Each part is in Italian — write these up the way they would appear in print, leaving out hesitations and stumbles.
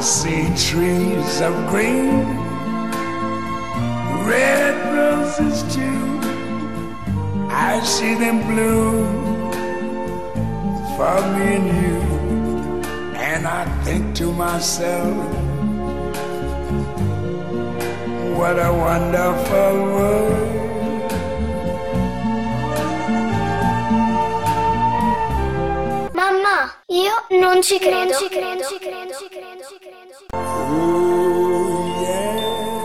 see trees of green, red roses too. I see them bloom for me and you. And I think to myself, what a wonderful world. Mamma, io non ci credo. Oh, yeah.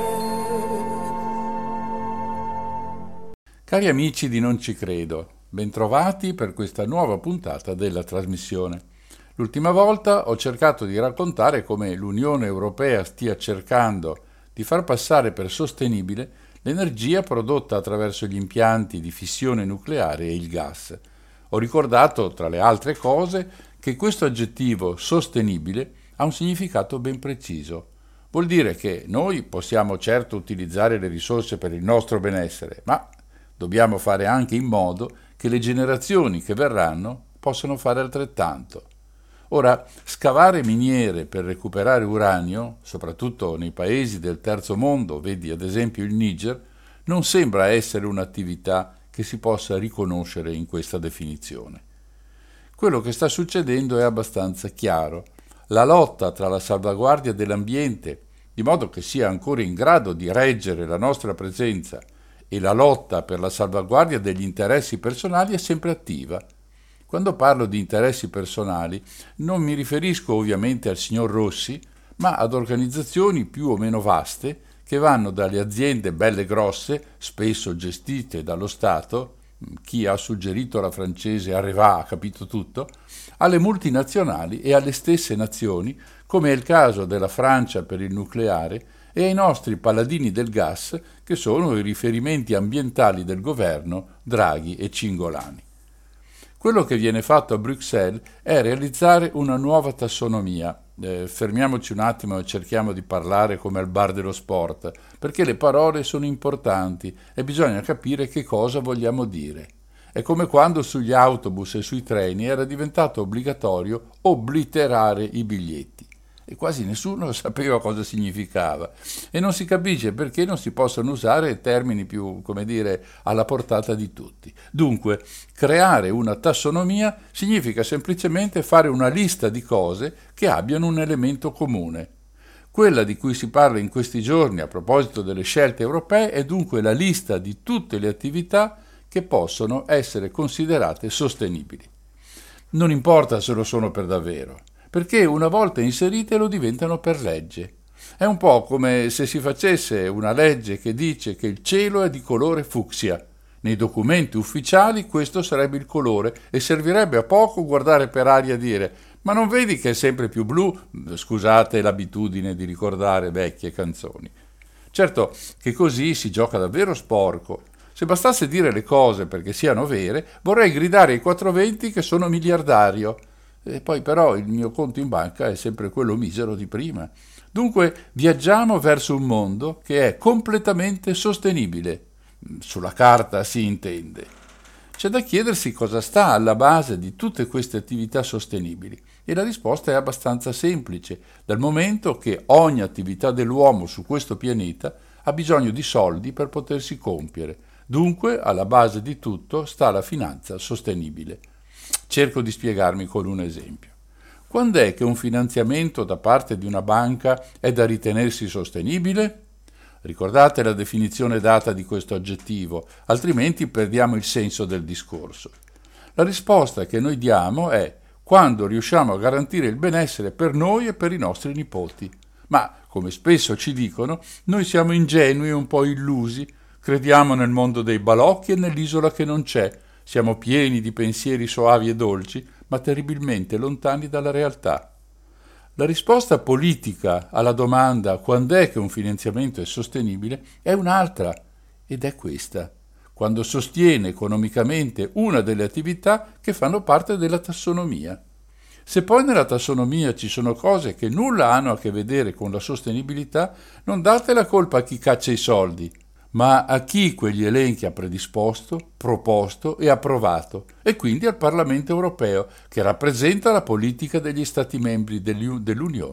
Cari amici di Non ci credo, bentrovati per questa nuova puntata della trasmissione. L'ultima volta ho cercato di raccontare come l'Unione Europea stia cercando di far passare per sostenibile l'energia prodotta attraverso gli impianti di fissione nucleare e il gas. Ho ricordato, tra le altre cose, che questo aggettivo sostenibile ha un significato ben preciso. Vuol dire che noi possiamo certo utilizzare le risorse per il nostro benessere, ma dobbiamo fare anche in modo che le generazioni che verranno possano fare altrettanto. Ora, scavare miniere per recuperare uranio, soprattutto nei paesi del terzo mondo, vedi ad esempio il Niger, non sembra essere un'attività che si possa riconoscere in questa definizione. Quello che sta succedendo è abbastanza chiaro. La lotta tra la salvaguardia dell'ambiente, di modo che sia ancora in grado di reggere la nostra presenza, e la lotta per la salvaguardia degli interessi personali è sempre attiva. Quando parlo di interessi personali non mi riferisco ovviamente al signor Rossi, ma ad organizzazioni più o meno vaste che vanno dalle aziende belle grosse, spesso gestite dallo Stato, chi ha suggerito la francese Areva ha capito tutto, alle multinazionali e alle stesse nazioni, come è il caso della Francia per il nucleare, e ai nostri paladini del gas, che sono i riferimenti ambientali del governo Draghi e Cingolani. Quello che viene fatto a Bruxelles è realizzare una nuova tassonomia. Fermiamoci un attimo e cerchiamo di parlare come al bar dello sport, perché le parole sono importanti e bisogna capire che cosa vogliamo dire. È come quando sugli autobus e sui treni era diventato obbligatorio obliterare i biglietti. E quasi nessuno sapeva cosa significava e non si capisce perché non si possono usare termini più, come dire, alla portata di tutti. Dunque, creare una tassonomia significa semplicemente fare una lista di cose che abbiano un elemento comune. Quella di cui si parla in questi giorni a proposito delle scelte europee è dunque la lista di tutte le attività che possono essere considerate sostenibili. Non importa se lo sono per davvero, perché una volta inserite lo diventano per legge. È un po' come se si facesse una legge che dice che il cielo è di colore fucsia. Nei documenti ufficiali questo sarebbe il colore e servirebbe a poco guardare per aria e dire «Ma non vedi che è sempre più blu?» Scusate l'abitudine di ricordare vecchie canzoni. Certo che così si gioca davvero sporco. Se bastasse dire le cose perché siano vere, vorrei gridare ai 420 che sono miliardario. E poi però il mio conto in banca è sempre quello misero di prima. Dunque viaggiamo verso un mondo che è completamente sostenibile. Sulla carta si intende. C'è da chiedersi cosa sta alla base di tutte queste attività sostenibili e la risposta è abbastanza semplice, dal momento che ogni attività dell'uomo su questo pianeta ha bisogno di soldi per potersi compiere. Dunque alla base di tutto sta la finanza sostenibile. Cerco di spiegarmi con un esempio. Quando è che un finanziamento da parte di una banca è da ritenersi sostenibile? Ricordate la definizione data di questo aggettivo, altrimenti perdiamo il senso del discorso. La risposta che noi diamo è quando riusciamo a garantire il benessere per noi e per i nostri nipoti. Ma, come spesso ci dicono, noi siamo ingenui e un po' illusi, crediamo nel mondo dei balocchi e nell'isola che non c'è. Siamo pieni di pensieri soavi e dolci, ma terribilmente lontani dalla realtà. La risposta politica alla domanda quando è che un finanziamento è sostenibile è un'altra, ed è questa: quando sostiene economicamente una delle attività che fanno parte della tassonomia. Se poi nella tassonomia ci sono cose che nulla hanno a che vedere con la sostenibilità, non date la colpa a chi caccia i soldi, ma a chi quegli elenchi ha predisposto, proposto e approvato, e quindi al Parlamento europeo, che rappresenta la politica degli Stati membri dell'Unione,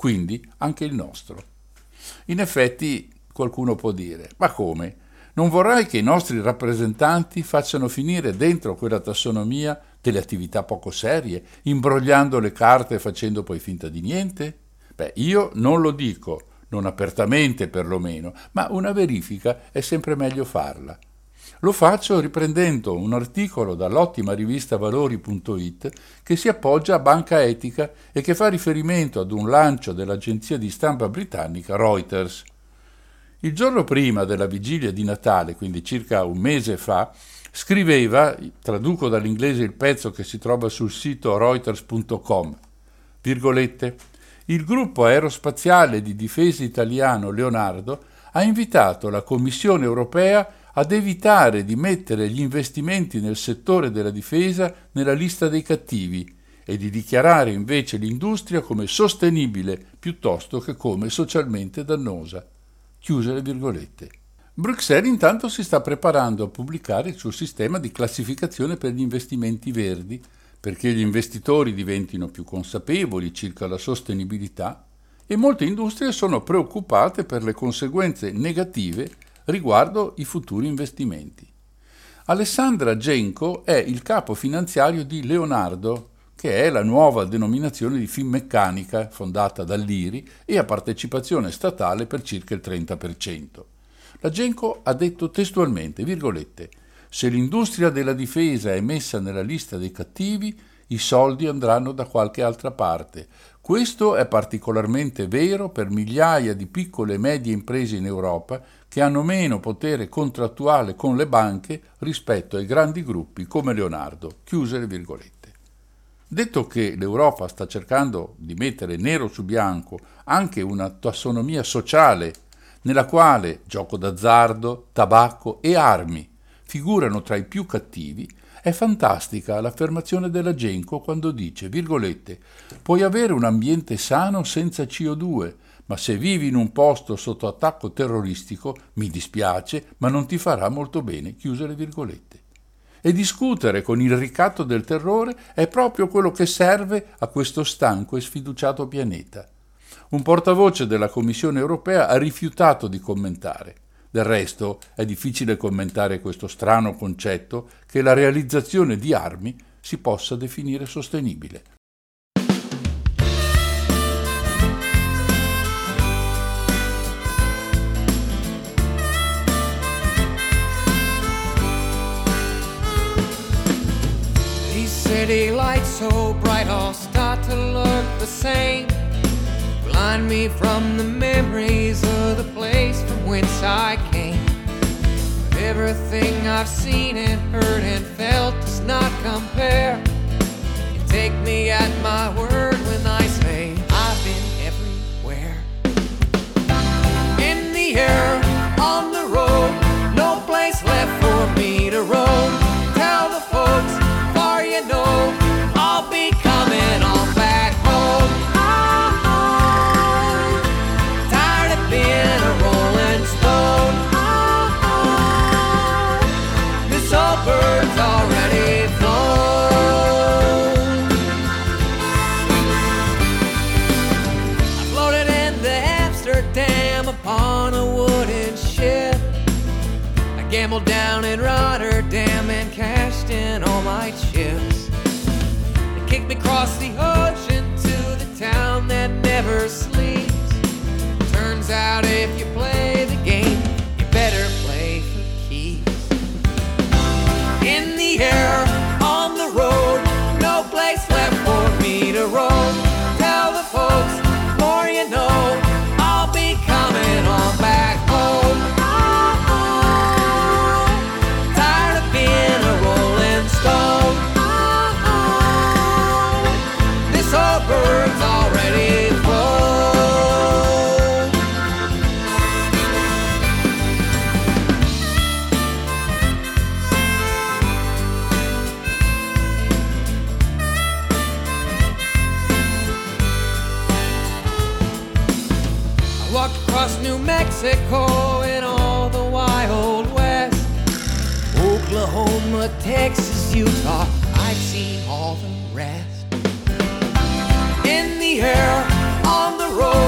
quindi anche il nostro. In effetti qualcuno può dire: ma come? Non vorrai che i nostri rappresentanti facciano finire dentro quella tassonomia delle attività poco serie, imbrogliando le carte e facendo poi finta di niente? Beh, io non lo dico, non apertamente perlomeno, ma una verifica è sempre meglio farla. Lo faccio riprendendo un articolo dall'ottima rivista Valori.it che si appoggia a Banca Etica e che fa riferimento ad un lancio dell'agenzia di stampa britannica Reuters. Il giorno prima della vigilia di Natale, quindi circa un mese fa, scriveva, traduco dall'inglese il pezzo che si trova sul sito reuters.com, virgolette, il gruppo aerospaziale di difesa italiano Leonardo ha invitato la Commissione europea ad evitare di mettere gli investimenti nel settore della difesa nella lista dei cattivi e di dichiarare invece l'industria come sostenibile piuttosto che come socialmente dannosa. Chiuse le virgolette. Bruxelles intanto si sta preparando a pubblicare il suo sistema di classificazione per gli investimenti verdi, perché gli investitori diventino più consapevoli circa la sostenibilità e molte industrie sono preoccupate per le conseguenze negative riguardo i futuri investimenti. Alessandra Genco è il capo finanziario di Leonardo, che è la nuova denominazione di Finmeccanica fondata dall'IRI e a partecipazione statale per circa il 30%. La Genco ha detto testualmente, virgolette, se l'industria della difesa è messa nella lista dei cattivi, i soldi andranno da qualche altra parte. Questo è particolarmente vero per migliaia di piccole e medie imprese in Europa che hanno meno potere contrattuale con le banche rispetto ai grandi gruppi come Leonardo. Chiuse le virgolette. Detto che l'Europa sta cercando di mettere nero su bianco anche una tassonomia sociale nella quale gioco d'azzardo, tabacco e armi figurano tra i più cattivi, è fantastica l'affermazione della Genco quando dice, virgolette, puoi avere un ambiente sano senza CO2, ma se vivi in un posto sotto attacco terroristico, mi dispiace, ma non ti farà molto bene, chiuse le virgolette. E discutere con il ricatto del terrore è proprio quello che serve a questo stanco e sfiduciato pianeta. Un portavoce della Commissione europea ha rifiutato di commentare. Del resto è difficile commentare questo strano concetto che la realizzazione di armi si possa definire sostenibile. City lights so bright all start to look the same. Blind me from the memories of the place from whence I came. But everything I've seen and heard and felt does not compare. You take me at my word when I say I've been everywhere. In the air, on the road, no place left for me to roam. Tell the folks, far you know, I'll be coming on back home. Tired of being a rolling stone. This old bird's already flown. I floated into Amsterdam upon a wooden ship. I gambled down in Rotterdam and cashed in all my chips. They kicked me across the ocean to the town that never sleeps. Turns out if you play the game, you better play for keeps. In the air, on the road, no place left for me to roam. Tell the folks, more you know, I'll be coming on back home. Tired of being a rolling stone. This old bird's already flown. I walked across New Mexico in all the wild west. Oklahoma, Texas, Utah, I've seen all the rest. In the air, on the road,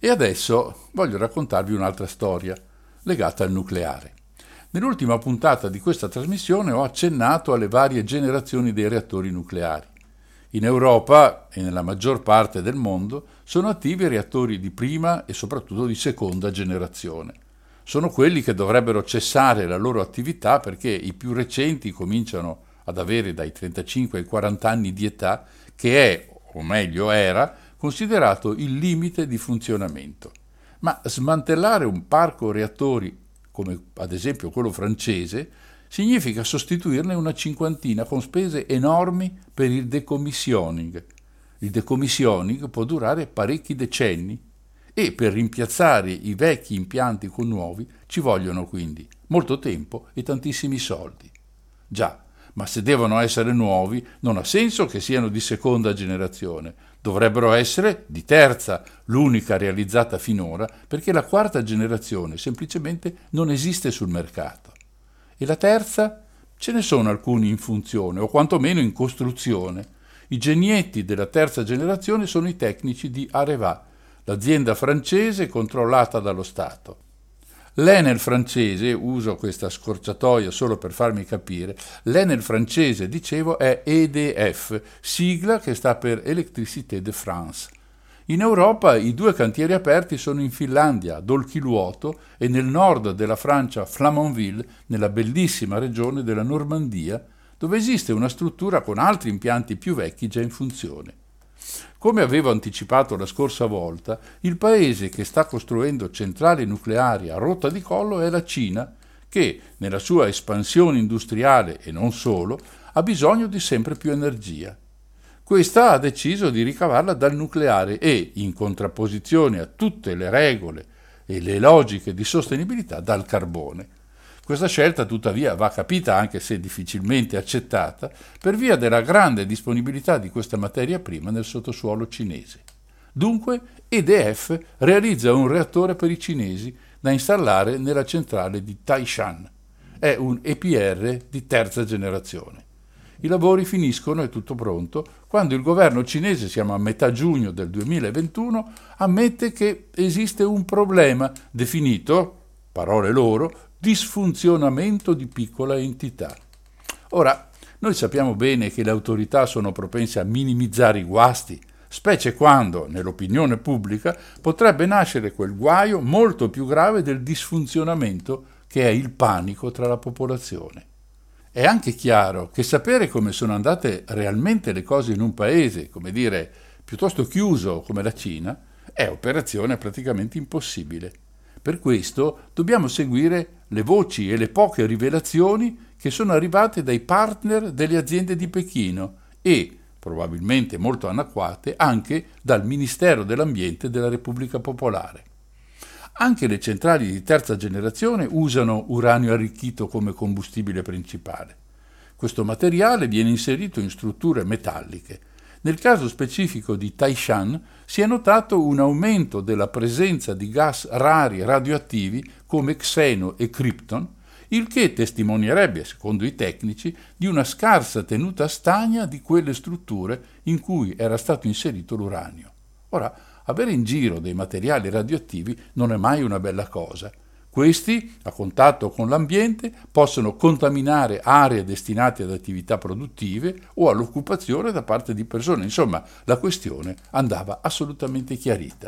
E adesso voglio raccontarvi un'altra storia legata al nucleare. Nell'ultima puntata di questa trasmissione ho accennato alle varie generazioni dei reattori nucleari. In Europa e nella maggior parte del mondo sono attivi reattori di prima e soprattutto di seconda generazione. Sono quelli che dovrebbero cessare la loro attività perché i più recenti cominciano ad avere dai 35 ai 40 anni di età, che è, o meglio era, considerato il limite di funzionamento. Ma smantellare un parco reattori, come ad esempio quello francese, significa sostituirne una cinquantina con spese enormi per il decommissioning. Il decommissioning può durare parecchi decenni e per rimpiazzare i vecchi impianti con nuovi ci vogliono quindi molto tempo e tantissimi soldi. Già, ma se devono essere nuovi non ha senso che siano di seconda generazione, dovrebbero essere di terza, l'unica realizzata finora, perché la quarta generazione semplicemente non esiste sul mercato. E la terza? Ce ne sono alcuni in funzione, o quantomeno in costruzione. I genietti della terza generazione sono i tecnici di Areva, l'azienda francese controllata dallo Stato. L'Enel francese, uso questa scorciatoia solo per farmi capire, l'Enel francese, dicevo, è EDF, sigla che sta per Électricité de France. In Europa i due cantieri aperti sono in Finlandia, ad Olkiluoto, e nel nord della Francia, Flamanville, nella bellissima regione della Normandia, dove esiste una struttura con altri impianti più vecchi già in funzione. Come avevo anticipato la scorsa volta, il paese che sta costruendo centrali nucleari a rotta di collo è la Cina, che, nella sua espansione industriale e non solo, ha bisogno di sempre più energia. Questa ha deciso di ricavarla dal nucleare e, in contrapposizione a tutte le regole e le logiche di sostenibilità, dal carbone. Questa scelta tuttavia va capita, anche se difficilmente accettata, per via della grande disponibilità di questa materia prima nel sottosuolo cinese. Dunque EDF realizza un reattore per i cinesi da installare nella centrale di Taishan. È un EPR di terza generazione. I lavori finiscono, è tutto pronto, quando il governo cinese, siamo a metà giugno del 2021, ammette che esiste un problema definito, parole loro, disfunzionamento di piccola entità. Ora, noi sappiamo bene che le autorità sono propense a minimizzare i guasti, specie quando, nell'opinione pubblica, potrebbe nascere quel guaio molto più grave del disfunzionamento che è il panico tra la popolazione. È anche chiaro che sapere come sono andate realmente le cose in un paese, come dire, piuttosto chiuso come la Cina, è operazione praticamente impossibile. Per questo dobbiamo seguire le voci e le poche rivelazioni che sono arrivate dai partner delle aziende di Pechino e, probabilmente molto anacquate, anche dal Ministero dell'Ambiente della Repubblica Popolare. Anche le centrali di terza generazione usano uranio arricchito come combustibile principale. Questo materiale viene inserito in strutture metalliche. Nel caso specifico di Taishan si è notato un aumento della presenza di gas rari radioattivi come xeno e krypton, il che testimonierebbe, secondo i tecnici, di una scarsa tenuta stagna di quelle strutture in cui era stato inserito l'uranio. Ora, avere in giro dei materiali radioattivi non è mai una bella cosa. Questi, a contatto con l'ambiente, possono contaminare aree destinate ad attività produttive o all'occupazione da parte di persone. Insomma, la questione andava assolutamente chiarita.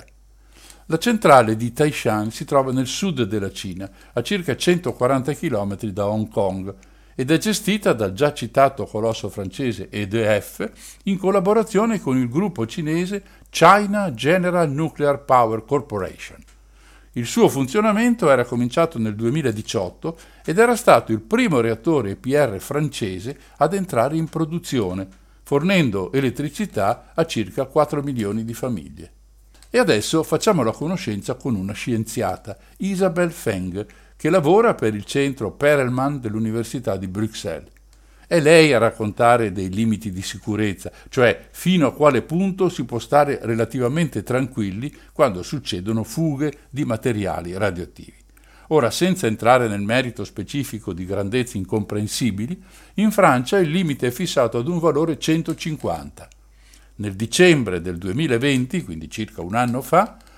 La centrale di Taishan si trova nel sud della Cina, a circa 140 km da Hong Kong, ed è gestita dal già citato colosso francese EDF in collaborazione con il gruppo cinese China General Nuclear Power Corporation. Il suo funzionamento era cominciato nel 2018 ed era stato il primo reattore EPR francese ad entrare in produzione, fornendo elettricità a circa 4 milioni di famiglie. E adesso facciamo la conoscenza con una scienziata, Isabelle Feng, che lavora per il centro Perelman dell'Università di Bruxelles. È lei a raccontare dei limiti di sicurezza, cioè fino a quale punto si può stare relativamente tranquilli quando succedono fughe di materiali radioattivi. Ora, senza entrare nel merito specifico di grandezze incomprensibili, in Francia il limite è fissato ad un valore 150. Nel dicembre del 2020, quindi circa un anno fa,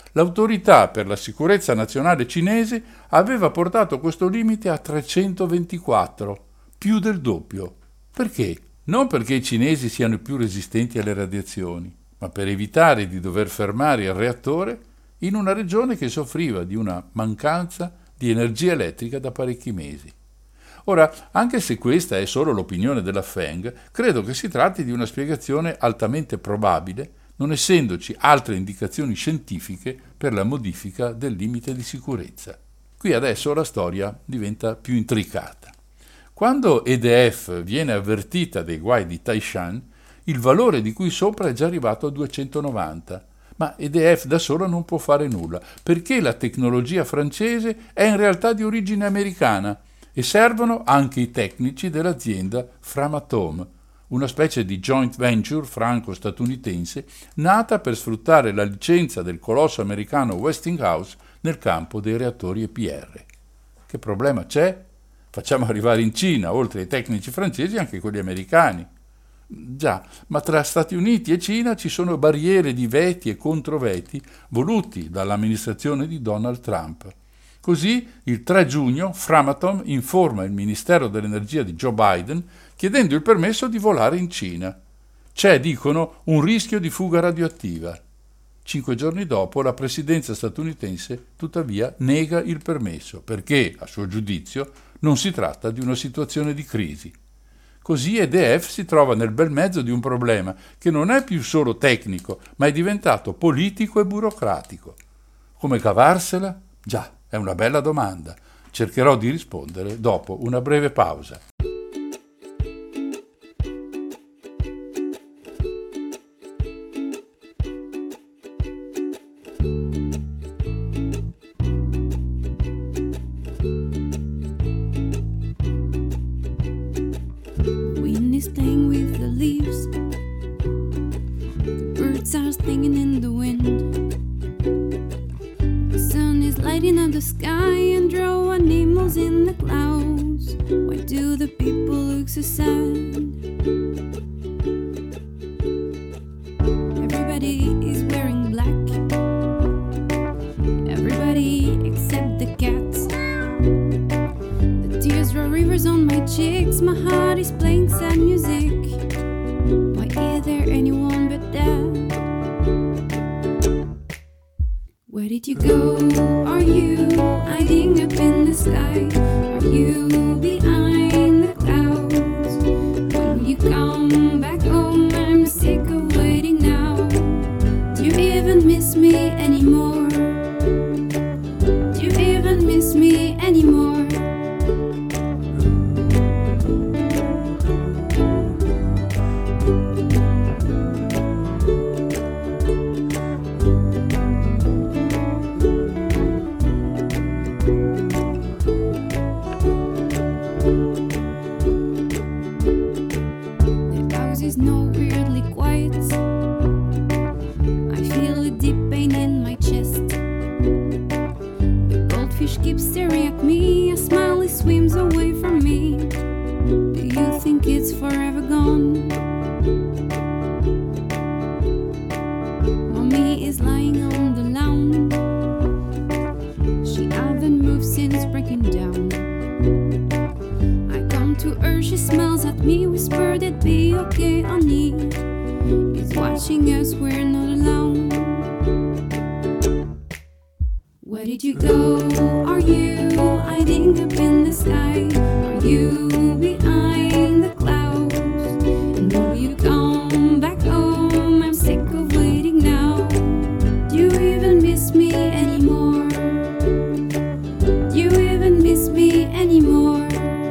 l'Autorità per la sicurezza nazionale cinese aveva portato questo limite a 324, più del doppio. Perché? Non perché i cinesi siano più resistenti alle radiazioni, ma per evitare di dover fermare il reattore in una regione che soffriva di una mancanza di energia elettrica da parecchi mesi. Ora, anche se questa è solo l'opinione della Feng, credo che si tratti di una spiegazione altamente probabile, non essendoci altre indicazioni scientifiche per la modifica del limite di sicurezza. Qui adesso la storia diventa più intricata. Quando EDF viene avvertita dei guai di Taishan, il valore di qui sopra è già arrivato a 290, ma EDF da sola non può fare nulla, perché la tecnologia francese è in realtà di origine americana e servono anche i tecnici dell'azienda Framatome, una specie di joint venture franco-statunitense nata per sfruttare la licenza del colosso americano Westinghouse nel campo dei reattori EPR. Che problema c'è? Facciamo arrivare in Cina, oltre ai tecnici francesi, anche quelli americani. Già, ma tra Stati Uniti e Cina ci sono barriere di veti e controveti voluti dall'amministrazione di Donald Trump. Così, il 3 giugno, Framatome informa il Ministero dell'Energia di Joe Biden chiedendo il permesso di volare in Cina. C'è, dicono, un rischio di fuga radioattiva. 5 giorni dopo, la presidenza statunitense, tuttavia, nega il permesso, perché, a suo giudizio, non si tratta di una situazione di crisi. Così EDF si trova nel bel mezzo di un problema che non è più solo tecnico, ma è diventato politico e burocratico. Come cavarsela? Già, è una bella domanda. Cercherò di rispondere dopo una breve pausa. Wind is playing with the leaves. The birds are singing in the wind. The sun is lighting up the sky and drawing animals in the clouds. Why do the people look so sad? Everybody is wearing black. Everybody except the cats. The tears draw rivers on my cheeks. My heart is playing sad music. Why is there anyone but that? Where did you go? Are you hiding up in the sky? Are you behind the clouds? When will you come back home? I'm sick of waiting now. Do you even miss me anymore? Do you even miss me anymore? The house is now weirdly quiet. I feel a deep pain in my chest. The goldfish keeps staring at me. A smile swims away from me. Do you think it's forever gone? Mommy is lying on the lawn. She hasn't moved since breaking down. I come to her, she smiles at me, whispered it'd be okay, honey. He's watching us, we're not alone. Where did you go? Are you hiding up in the sky? Are you behind the clouds? And will you come back home? I'm sick of waiting now. Do you even miss me anymore? Do you even miss me anymore?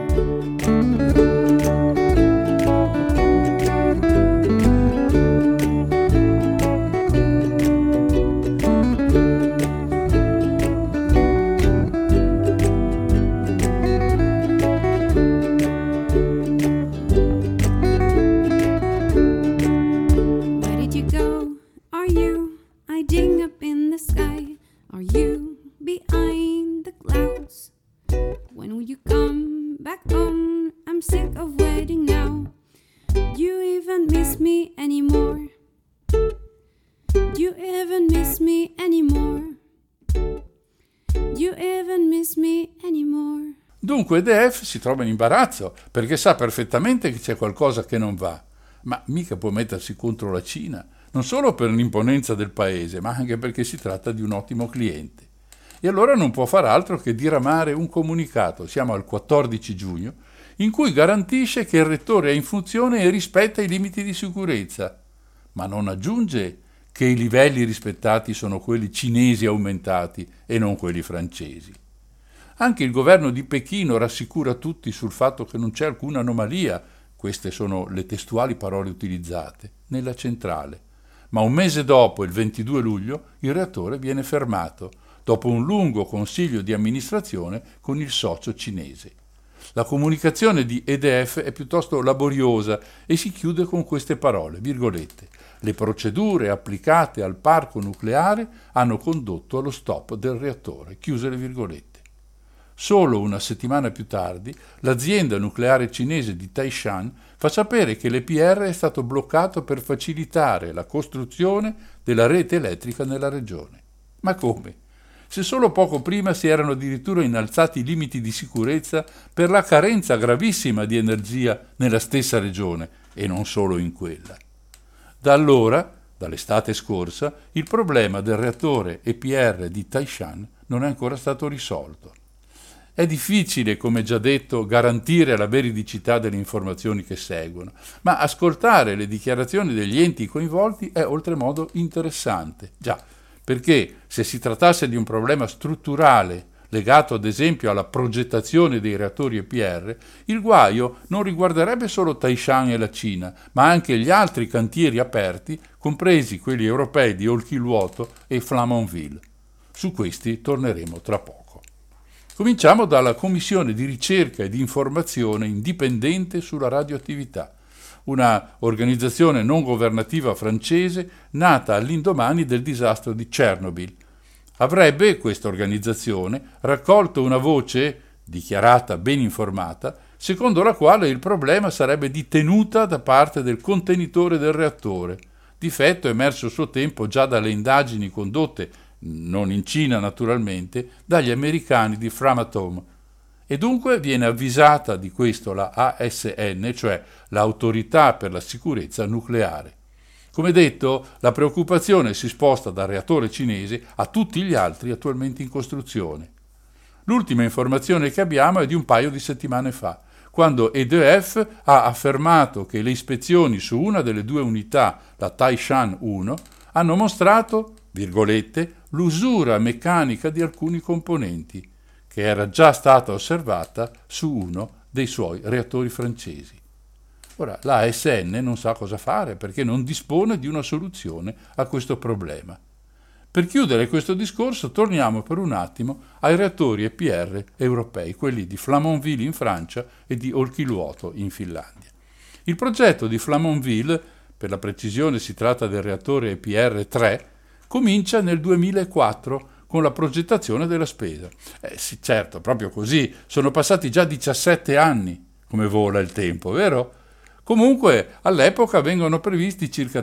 Where did you go? Are you hiding up in the sky? Are you behind the clouds? When will you come back home? I'm sick of waiting now. Do you even miss me anymore? Do Do you even miss me anymore? Do you even miss me anymore? Dunque EDF si trova in imbarazzo perché sa perfettamente che c'è qualcosa che non va, ma mica può mettersi contro la Cina, non solo per l'imponenza del paese, ma anche perché si tratta di un ottimo cliente. E allora non può far altro che diramare un comunicato, siamo al 14 giugno, in cui garantisce che il reattore è in funzione e rispetta i limiti di sicurezza, ma non aggiunge che i livelli rispettati sono quelli cinesi aumentati e non quelli francesi. Anche il governo di Pechino rassicura tutti sul fatto che non c'è alcuna anomalia, queste sono le testuali parole utilizzate, nella centrale. Ma un mese dopo, il 22 luglio, il reattore viene fermato, dopo un lungo consiglio di amministrazione con il socio cinese. La comunicazione di EDF è piuttosto laboriosa e si chiude con queste parole, virgolette. Le procedure applicate al parco nucleare hanno condotto allo stop del reattore, chiuse le virgolette. Solo una settimana più tardi, l'azienda nucleare cinese di Taishan fa sapere che l'EPR è stato bloccato per facilitare la costruzione della rete elettrica nella regione. Ma come? Se solo poco prima si erano addirittura innalzati i limiti di sicurezza per la carenza gravissima di energia nella stessa regione, e non solo in quella. Da allora, dall'estate scorsa, il problema del reattore EPR di Taishan non è ancora stato risolto. È difficile, come già detto, garantire la veridicità delle informazioni che seguono, ma ascoltare le dichiarazioni degli enti coinvolti è oltremodo interessante. Già, perché se si trattasse di un problema strutturale legato ad esempio alla progettazione dei reattori EPR, il guaio non riguarderebbe solo Taishan e la Cina, ma anche gli altri cantieri aperti, compresi quelli europei di Olkiluoto e Flamanville. Su questi torneremo tra poco. Cominciamo dalla Commissione di ricerca e di informazione indipendente sulla radioattività, una organizzazione non governativa francese nata all'indomani del disastro di Chernobyl. Avrebbe questa organizzazione raccolto una voce, dichiarata ben informata, secondo la quale il problema sarebbe di tenuta da parte del contenitore del reattore, difetto emerso a suo tempo già dalle indagini condotte, non in Cina naturalmente, dagli americani di Framatome. E dunque viene avvisata di questo la ASN, cioè l'Autorità per la Sicurezza Nucleare. Come detto, la preoccupazione si sposta dal reattore cinese a tutti gli altri attualmente in costruzione. L'ultima informazione che abbiamo è di un paio di settimane fa, quando EDF ha affermato che le ispezioni su una delle due unità, la Taishan 1, hanno mostrato, virgolette, l'usura meccanica di alcuni componenti, che era già stata osservata su uno dei suoi reattori francesi. Ora, la ASN non sa cosa fare perché non dispone di una soluzione a questo problema. Per chiudere questo discorso torniamo per un attimo ai reattori EPR europei, quelli di Flamanville in Francia e di Olkiluoto in Finlandia. Il progetto di Flamanville, per la precisione si tratta del reattore EPR 3, comincia nel 2004 con la progettazione della spesa. Sì, certo, proprio così, sono passati già 17 anni, come vola il tempo, vero? Comunque, all'epoca vengono previsti circa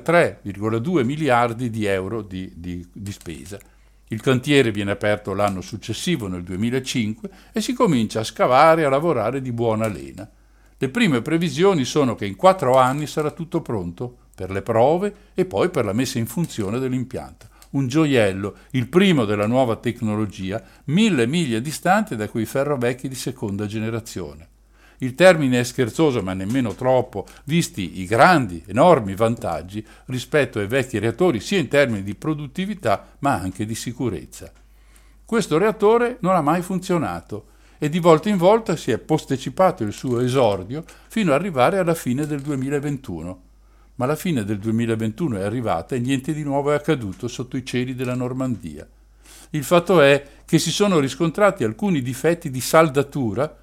3,2 miliardi di euro di spesa. Il cantiere viene aperto l'anno successivo, nel 2005, e si comincia a scavare e a lavorare di buona lena. Le prime previsioni sono che in 4 anni sarà tutto pronto per le prove e poi per la messa in funzione dell'impianto. Un gioiello, il primo della nuova tecnologia, 1000 miglia distante da quei ferrovecchi di seconda generazione. Il termine è scherzoso, ma nemmeno troppo, visti i grandi, enormi vantaggi rispetto ai vecchi reattori, sia in termini di produttività, ma anche di sicurezza. Questo reattore non ha mai funzionato e di volta in volta si è posticipato il suo esordio fino ad arrivare alla fine del 2021. Ma la fine del 2021 è arrivata e niente di nuovo è accaduto sotto i cieli della Normandia. Il fatto è che si sono riscontrati alcuni difetti di saldature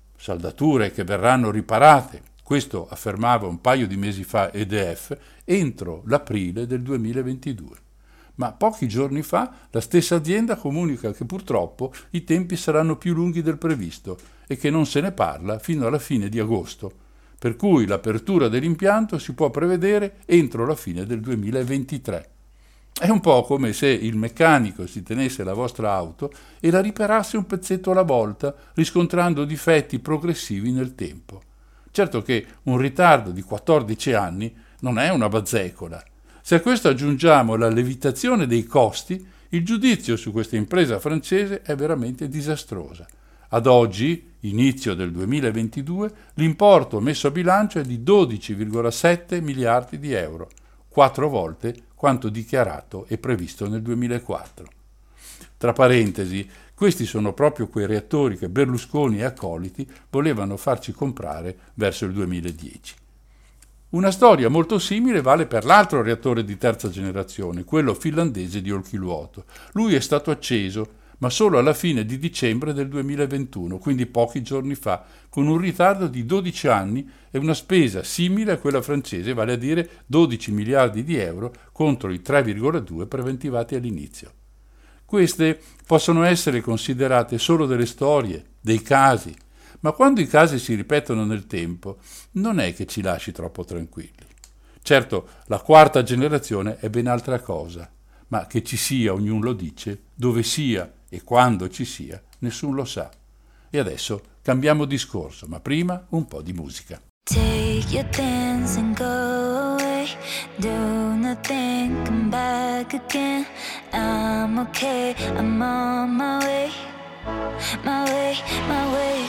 che verranno riparate, questo affermava un paio di mesi fa EDF, entro l'aprile del 2022. Ma pochi giorni fa la stessa azienda comunica che purtroppo i tempi saranno più lunghi del previsto e che non se ne parla fino alla fine di agosto, per cui l'apertura dell'impianto si può prevedere entro la fine del 2023. È un po' come se il meccanico si tenesse la vostra auto e la riparasse un pezzetto alla volta, riscontrando difetti progressivi nel tempo. Certo che un ritardo di 14 anni non è una bazzecola. Se a questo aggiungiamo la lievitazione dei costi, il giudizio su questa impresa francese è veramente disastrosa. Ad oggi, inizio del 2022, l'importo messo a bilancio è di 12,7 miliardi di euro, 4 volte quanto dichiarato e previsto nel 2004. Tra parentesi, questi sono proprio quei reattori che Berlusconi e accoliti volevano farci comprare verso il 2010. Una storia molto simile vale per l'altro reattore di terza generazione, quello finlandese di Olkiluoto. Lui è stato acceso, ma solo alla fine di dicembre del 2021, quindi pochi giorni fa, con un ritardo di 12 anni e una spesa simile a quella francese, vale a dire 12 miliardi di euro contro i 3,2 preventivati all'inizio. Queste possono essere considerate solo delle storie, dei casi, ma quando i casi si ripetono nel tempo, non è che ci lasci troppo tranquilli. Certo, la quarta generazione è ben altra cosa, ma che ci sia, ognuno lo dice, dove sia e quando ci sia, nessuno lo sa. E adesso cambiamo discorso, ma prima un po' di musica. Take your things and go away. Do nothing, come back again. I'm okay, I'm on my way. My way, my way.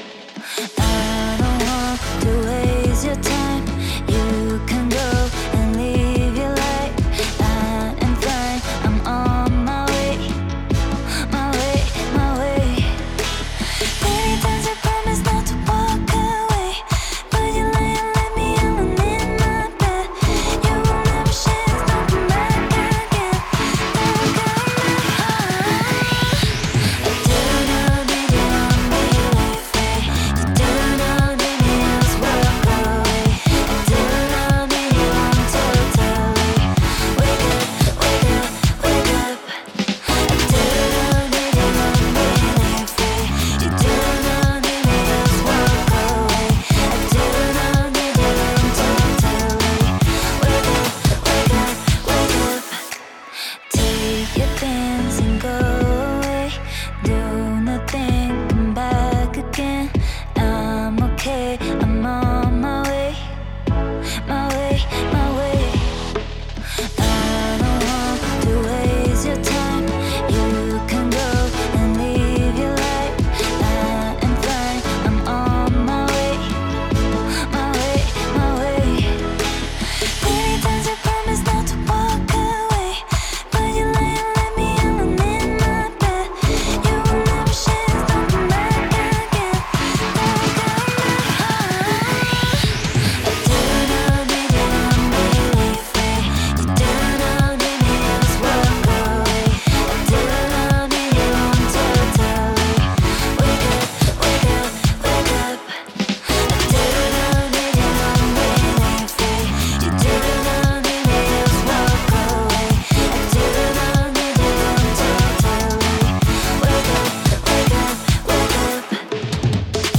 I don't want to waste your time. You can go and leave your light. I am fine, I'm on my way. My way, my way. Many times I promise not to walk away, but you lie and let me alone in my bed. You will never share, don't come back again. Don't come back home. I do not need you on me, you do not need me, just walk away. I do not need you, I'm totally. Wake up, wake up, wake up. I do not need you on me, you do not need me, just walk away. I do not need you, I'm totally. Wake up, wake up, wake up. Take your things and go away. Do nothing, come back again. I'm okay, I'm on my way. My way, my way. I don't want to waste your time. You can go and leave your light. I am fine, I'm on my way. My way, my way. Many times I promise not to walk away, but you lie and let me alone in my bed. You will never share, don't come back again. Don't come back home. I do not need you on me, you do not need me, just walk away. I do not need you, I'm totally. Wake up, wake up, wake up. I do not need you on me, you do not need me, just walk away. I do not need you, I'm totally. Wake up, wake up, wake up.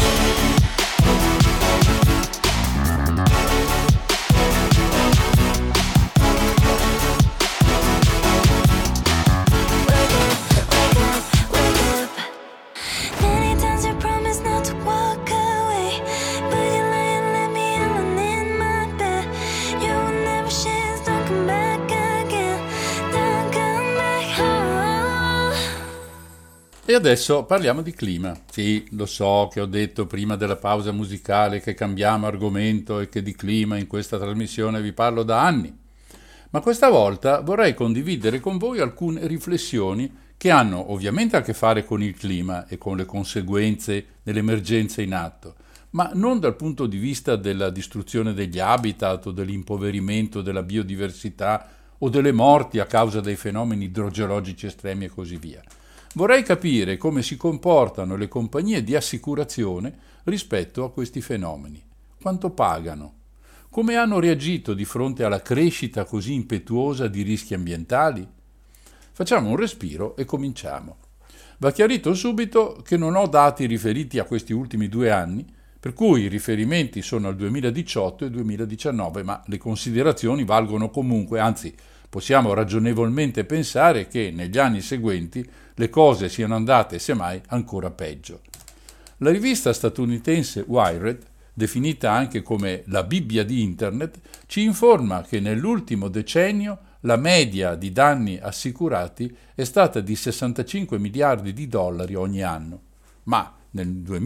Many times I promise not to walk away, but you lie and let me alone in my bed. You will never share, don't come back again. Don't come back home. E adesso parliamo di clima. Sì, lo so che ho detto prima della pausa musicale che cambiamo argomento e che di clima in questa trasmissione vi parlo da anni. Ma questa volta vorrei condividere con voi alcune riflessioni che hanno ovviamente a che fare con il clima e con le conseguenze delle emergenze in atto, ma non dal punto di vista della distruzione degli habitat o dell'impoverimento della biodiversità o delle morti a causa dei fenomeni idrogeologici estremi e così via. Vorrei capire come si comportano le compagnie di assicurazione rispetto a questi fenomeni. Quanto pagano? Come hanno reagito di fronte alla crescita così impetuosa di rischi ambientali? Facciamo un respiro e cominciamo. Va chiarito subito che non ho dati riferiti a questi ultimi 2 anni, per cui i riferimenti sono al 2018 e 2019, ma le considerazioni valgono comunque, anzi possiamo ragionevolmente pensare che negli anni seguenti le cose siano andate semmai ancora peggio. La rivista statunitense Wired, definita anche come la Bibbia di Internet, ci informa che nell'ultimo decennio la media di danni assicurati è stata di 65 miliardi di dollari ogni anno, ma nel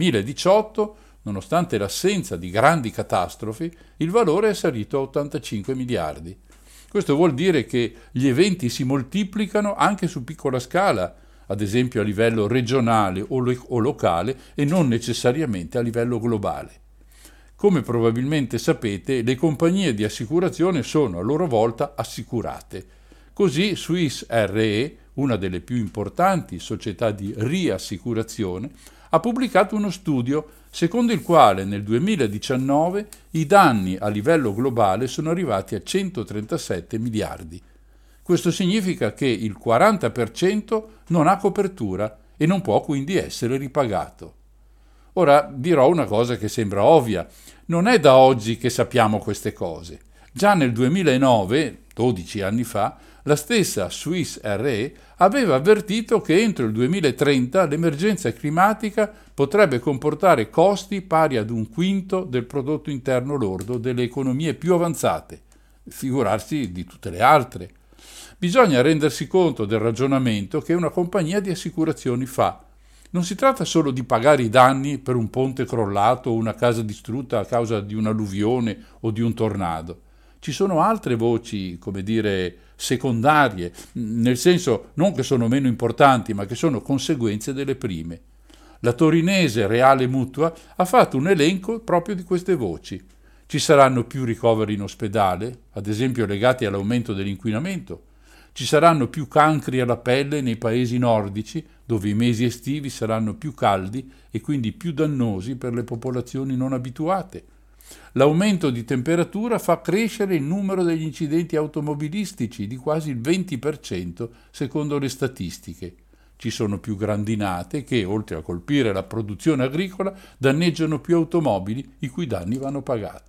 2018, nonostante l'assenza di grandi catastrofi, il valore è salito a 85 miliardi. Questo vuol dire che gli eventi si moltiplicano anche su piccola scala, ad esempio a livello regionale o locale e non necessariamente a livello globale. Come probabilmente sapete, le compagnie di assicurazione sono a loro volta assicurate. Così Swiss Re, una delle più importanti società di riassicurazione, ha pubblicato uno studio secondo il quale nel 2019 i danni a livello globale sono arrivati a 137 miliardi. Questo significa che il 40% non ha copertura e non può quindi essere ripagato. Ora dirò una cosa che sembra ovvia: non è da oggi che sappiamo queste cose. Già nel 2009, 12 anni fa, la stessa Swiss Re aveva avvertito che entro il 2030 l'emergenza climatica potrebbe comportare costi pari ad 1/5 del prodotto interno lordo delle economie più avanzate, figurarsi di tutte le altre. Bisogna rendersi conto del ragionamento che una compagnia di assicurazioni fa. Non si tratta solo di pagare i danni per un ponte crollato o una casa distrutta a causa di un'alluvione o di un tornado. Ci sono altre voci, secondarie, nel senso non che sono meno importanti, ma che sono conseguenze delle prime. La torinese Reale Mutua ha fatto un elenco proprio di queste voci. Ci saranno più ricoveri in ospedale, ad esempio legati all'aumento dell'inquinamento. Ci saranno più cancri alla pelle nei paesi nordici, dove i mesi estivi saranno più caldi e quindi più dannosi per le popolazioni non abituate. L'aumento di temperatura fa crescere il numero degli incidenti automobilistici di quasi il 20% secondo le statistiche. Ci sono più grandinate che, oltre a colpire la produzione agricola, danneggiano più automobili i cui danni vanno pagati.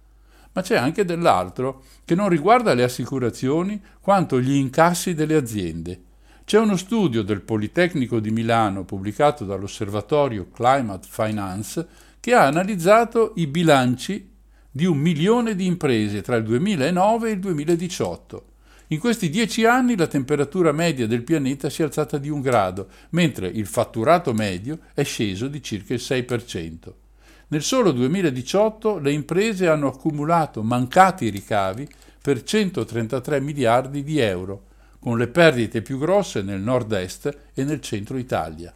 Ma c'è anche dell'altro che non riguarda le assicurazioni quanto gli incassi delle aziende. C'è uno studio del Politecnico di Milano pubblicato dall'osservatorio Climate Finance che ha analizzato i bilanci di 1 milione di imprese tra il 2009 e il 2018. In questi 10 anni la temperatura media del pianeta si è alzata di 1 grado, mentre il fatturato medio è sceso di circa il 6%. Nel solo 2018 le imprese hanno accumulato mancati ricavi per 133 miliardi di euro, con le perdite più grosse nel nord-est e nel centro Italia.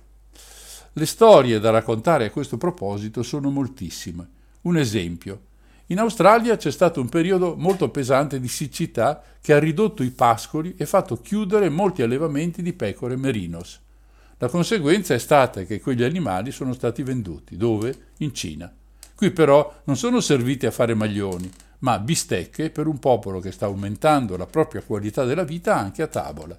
Le storie da raccontare a questo proposito sono moltissime. Un esempio: in Australia c'è stato un periodo molto pesante di siccità che ha ridotto i pascoli e fatto chiudere molti allevamenti di pecore merinos. La conseguenza è stata che quegli animali sono stati venduti. Dove? In Cina. Qui però non sono serviti a fare maglioni, ma bistecche per un popolo che sta aumentando la propria qualità della vita anche a tavola.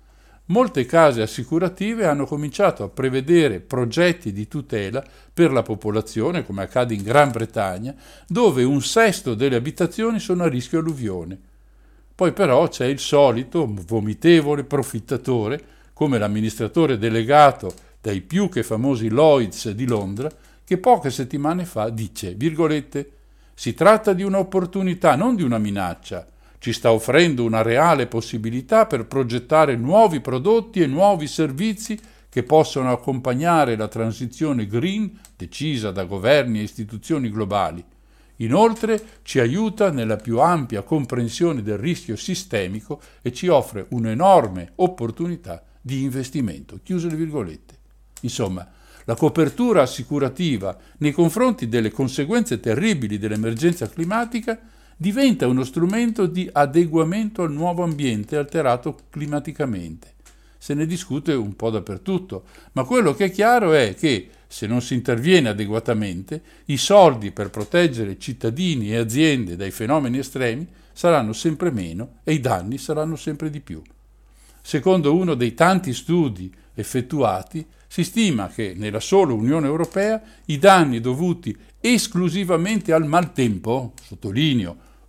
Molte case assicurative hanno cominciato a prevedere progetti di tutela per la popolazione, come accade in Gran Bretagna, dove 1/6 delle abitazioni sono a rischio alluvione. Poi però c'è il solito vomitevole profittatore, come l'amministratore delegato dai più che famosi Lloyds di Londra, che poche settimane fa dice, virgolette, «Si tratta di un'opportunità, non di una minaccia. Ci sta offrendo una reale possibilità per progettare nuovi prodotti e nuovi servizi che possono accompagnare la transizione green decisa da governi e istituzioni globali. Inoltre ci aiuta nella più ampia comprensione del rischio sistemico e ci offre un'enorme opportunità di investimento». Chiuse le virgolette. Insomma, la copertura assicurativa nei confronti delle conseguenze terribili dell'emergenza climatica diventa uno strumento di adeguamento al nuovo ambiente alterato climaticamente. Se ne discute un po' dappertutto, ma quello che è chiaro è che, se non si interviene adeguatamente, i soldi per proteggere cittadini e aziende dai fenomeni estremi saranno sempre meno e i danni saranno sempre di più. Secondo uno dei tanti studi effettuati, si stima che nella sola Unione Europea i danni dovuti esclusivamente al maltempo, sottolineo,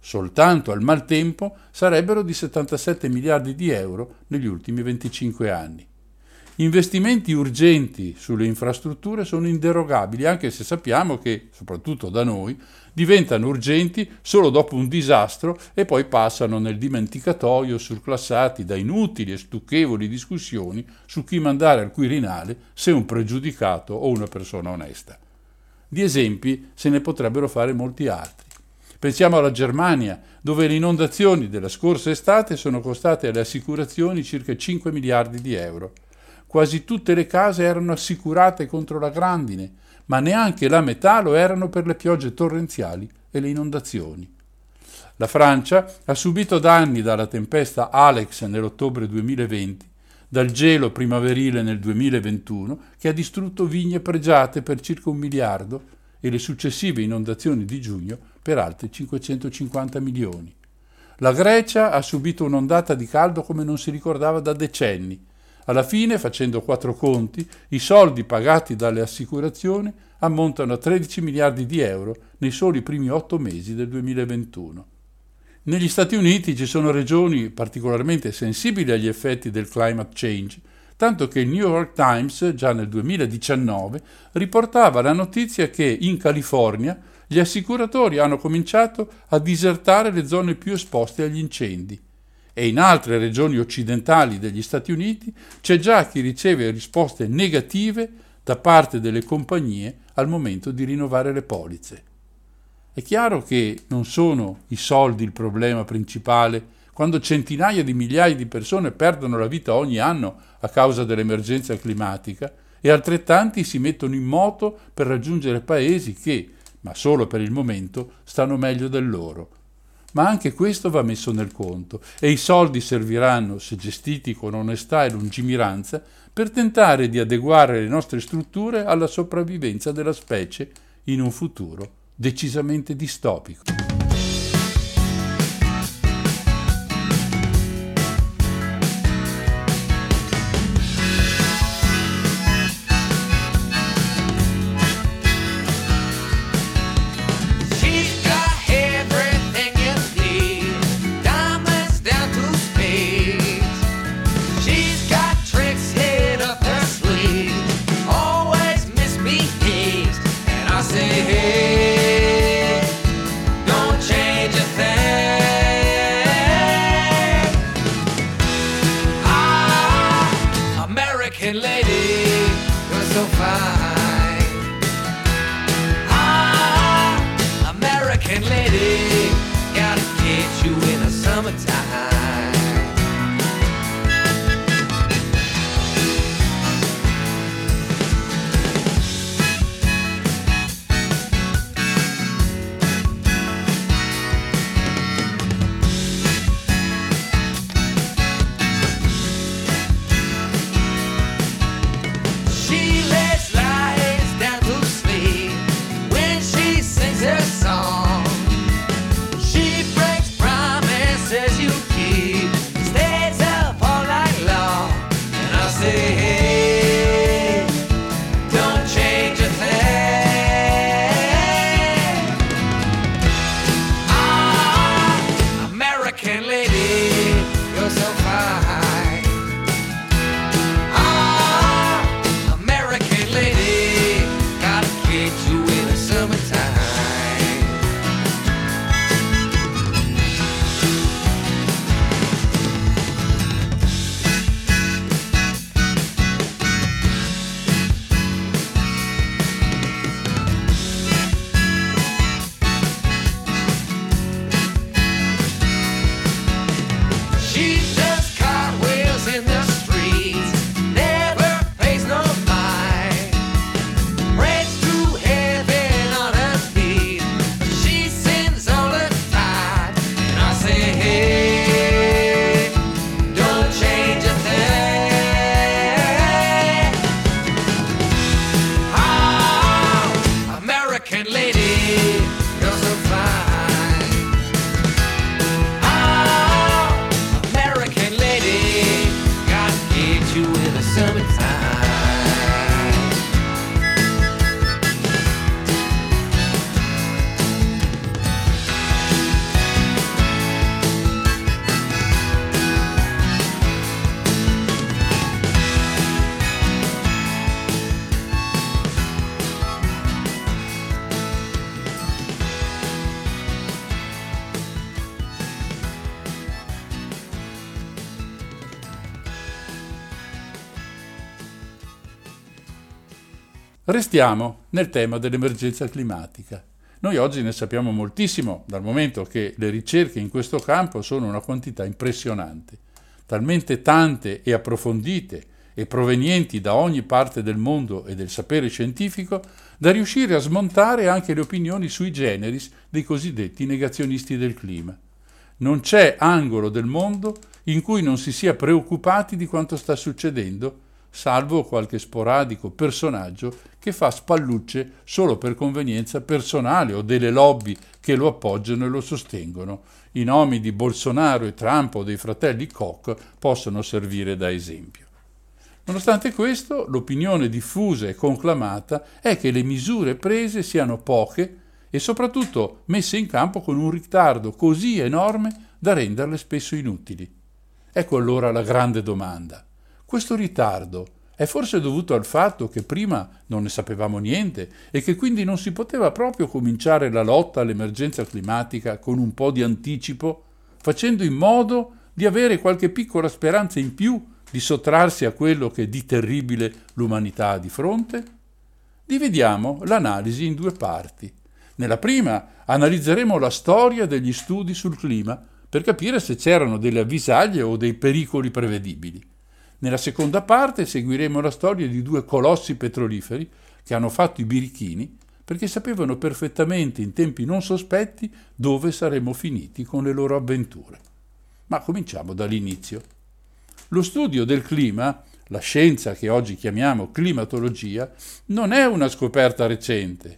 soltanto al maltempo sarebbero di 77 miliardi di euro negli ultimi 25 anni. Investimenti urgenti sulle infrastrutture sono inderogabili, anche se sappiamo che, soprattutto da noi, diventano urgenti solo dopo un disastro e poi passano nel dimenticatoio surclassati da inutili e stucchevoli discussioni su chi mandare al Quirinale, se un pregiudicato o una persona onesta. Di esempi se ne potrebbero fare molti altri. Pensiamo alla Germania, dove le inondazioni della scorsa estate sono costate alle assicurazioni circa 5 miliardi di euro. Quasi tutte le case erano assicurate contro la grandine, ma neanche la metà lo erano per le piogge torrenziali e le inondazioni. La Francia ha subito danni dalla tempesta Alex nell'ottobre 2020, dal gelo primaverile nel 2021 che ha distrutto vigne pregiate per circa 1 miliardo e le successive inondazioni di giugno per altri 550 milioni. La Grecia ha subito un'ondata di caldo come non si ricordava da decenni. Alla fine, facendo 4 conti, i soldi pagati dalle assicurazioni ammontano a 13 miliardi di euro nei soli primi 8 mesi del 2021. Negli Stati Uniti ci sono regioni particolarmente sensibili agli effetti del climate change, tanto che il New York Times, già nel 2019, riportava la notizia che in California gli assicuratori hanno cominciato a disertare le zone più esposte agli incendi. E in altre regioni occidentali degli Stati Uniti c'è già chi riceve risposte negative da parte delle compagnie al momento di rinnovare le polizze. È chiaro che non sono i soldi il problema principale quando centinaia di migliaia di persone perdono la vita ogni anno a causa dell'emergenza climatica e altrettanti si mettono in moto per raggiungere paesi che, ma solo per il momento, stanno meglio del loro. Ma anche questo va messo nel conto e i soldi serviranno, se gestiti con onestà e lungimiranza, per tentare di adeguare le nostre strutture alla sopravvivenza della specie in un futuro decisamente distopico. She breaks promises you keep. Restiamo nel tema dell'emergenza climatica. Noi oggi ne sappiamo moltissimo, dal momento che le ricerche in questo campo sono una quantità impressionante, talmente tante e approfondite e provenienti da ogni parte del mondo e del sapere scientifico, da riuscire a smontare anche le opinioni sui generis dei cosiddetti negazionisti del clima. Non c'è angolo del mondo in cui non si sia preoccupati di quanto sta succedendo, salvo qualche sporadico personaggio che fa spallucce solo per convenienza personale o delle lobby che lo appoggiano e lo sostengono. I nomi di Bolsonaro e Trump o dei fratelli Koch possono servire da esempio. Nonostante questo, l'opinione diffusa e conclamata è che le misure prese siano poche e soprattutto messe in campo con un ritardo così enorme da renderle spesso inutili. Ecco allora la grande domanda. Questo ritardo è forse dovuto al fatto che prima non ne sapevamo niente e che quindi non si poteva proprio cominciare la lotta all'emergenza climatica con un po' di anticipo, facendo in modo di avere qualche piccola speranza in più di sottrarsi a quello che di terribile l'umanità ha di fronte? Dividiamo l'analisi in due parti. Nella prima analizzeremo la storia degli studi sul clima per capire se c'erano delle avvisaglie o dei pericoli prevedibili. Nella seconda parte seguiremo la storia di due colossi petroliferi che hanno fatto i birichini perché sapevano perfettamente in tempi non sospetti dove saremmo finiti con le loro avventure. Ma cominciamo dall'inizio. Lo studio del clima, la scienza che oggi chiamiamo climatologia, non è una scoperta recente.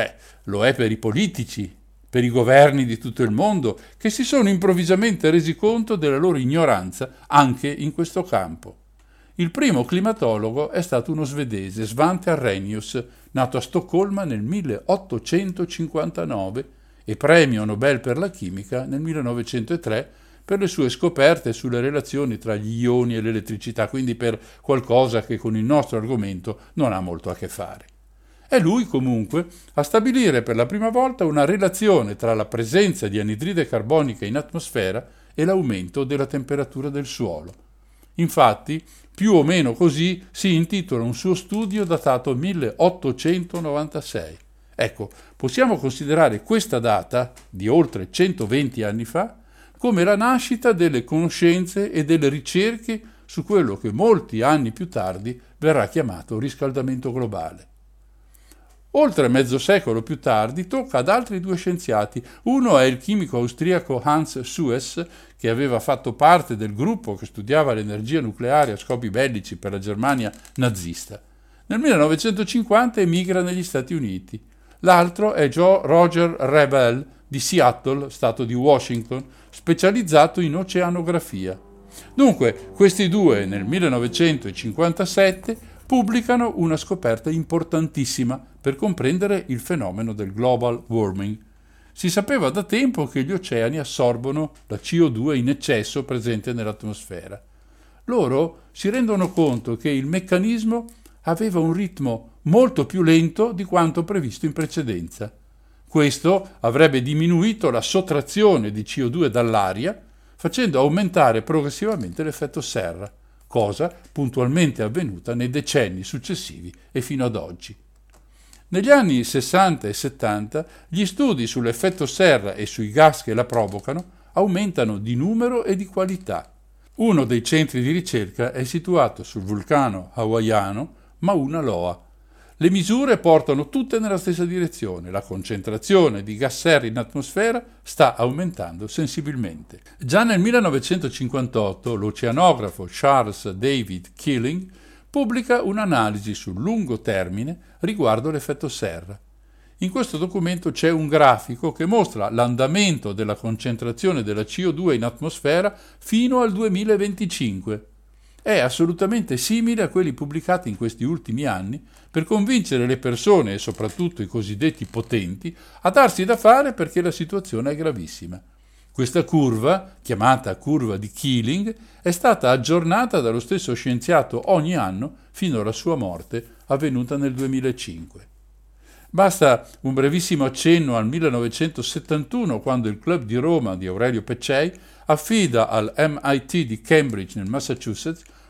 Lo è per i politici, per i governi di tutto il mondo, che si sono improvvisamente resi conto della loro ignoranza anche in questo campo. Il primo climatologo è stato uno svedese, Svante Arrhenius, nato a Stoccolma nel 1859 e premio Nobel per la chimica nel 1903 per le sue scoperte sulle relazioni tra gli ioni e l'elettricità, quindi per qualcosa che con il nostro argomento non ha molto a che fare. È lui comunque a stabilire per la prima volta una relazione tra la presenza di anidride carbonica in atmosfera e l'aumento della temperatura del suolo. Infatti, più o meno così si intitola un suo studio datato 1896. Ecco, possiamo considerare questa data, di oltre 120 anni fa, come la nascita delle conoscenze e delle ricerche su quello che molti anni più tardi verrà chiamato riscaldamento globale. Oltre mezzo secolo più tardi tocca ad altri due scienziati. Uno è il chimico austriaco Hans Suess, che aveva fatto parte del gruppo che studiava l'energia nucleare a scopi bellici per la Germania nazista. Nel 1950 emigra negli Stati Uniti. L'altro è Roger Rebel di Seattle, stato di Washington, specializzato in oceanografia. Dunque, questi due nel 1957 pubblicano una scoperta importantissima per comprendere il fenomeno del global warming. Si sapeva da tempo che gli oceani assorbono la CO2 in eccesso presente nell'atmosfera. Loro si rendono conto che il meccanismo aveva un ritmo molto più lento di quanto previsto in precedenza. Questo avrebbe diminuito la sottrazione di CO2 dall'aria, facendo aumentare progressivamente l'effetto serra, cosa puntualmente avvenuta nei decenni successivi e fino ad oggi. Negli anni 60 e 70 gli studi sull'effetto serra e sui gas che la provocano aumentano di numero e di qualità. Uno dei centri di ricerca è situato sul vulcano hawaiano Mauna Loa. Le misure portano tutte nella stessa direzione. La concentrazione di gas serra in atmosfera sta aumentando sensibilmente. Già nel 1958 l'oceanografo Charles David Keeling pubblica un'analisi sul lungo termine riguardo l'effetto serra. In questo documento c'è un grafico che mostra l'andamento della concentrazione della CO2 in atmosfera fino al 2025. È assolutamente simile a quelli pubblicati in questi ultimi anni per convincere le persone, e soprattutto i cosiddetti potenti, a darsi da fare perché la situazione è gravissima. Questa curva, chiamata curva di Keeling, è stata aggiornata dallo stesso scienziato ogni anno fino alla sua morte, avvenuta nel 2005. Basta un brevissimo accenno al 1971, quando il Club di Roma di Aurelio Peccei affida al MIT di Cambridge nel Massachusetts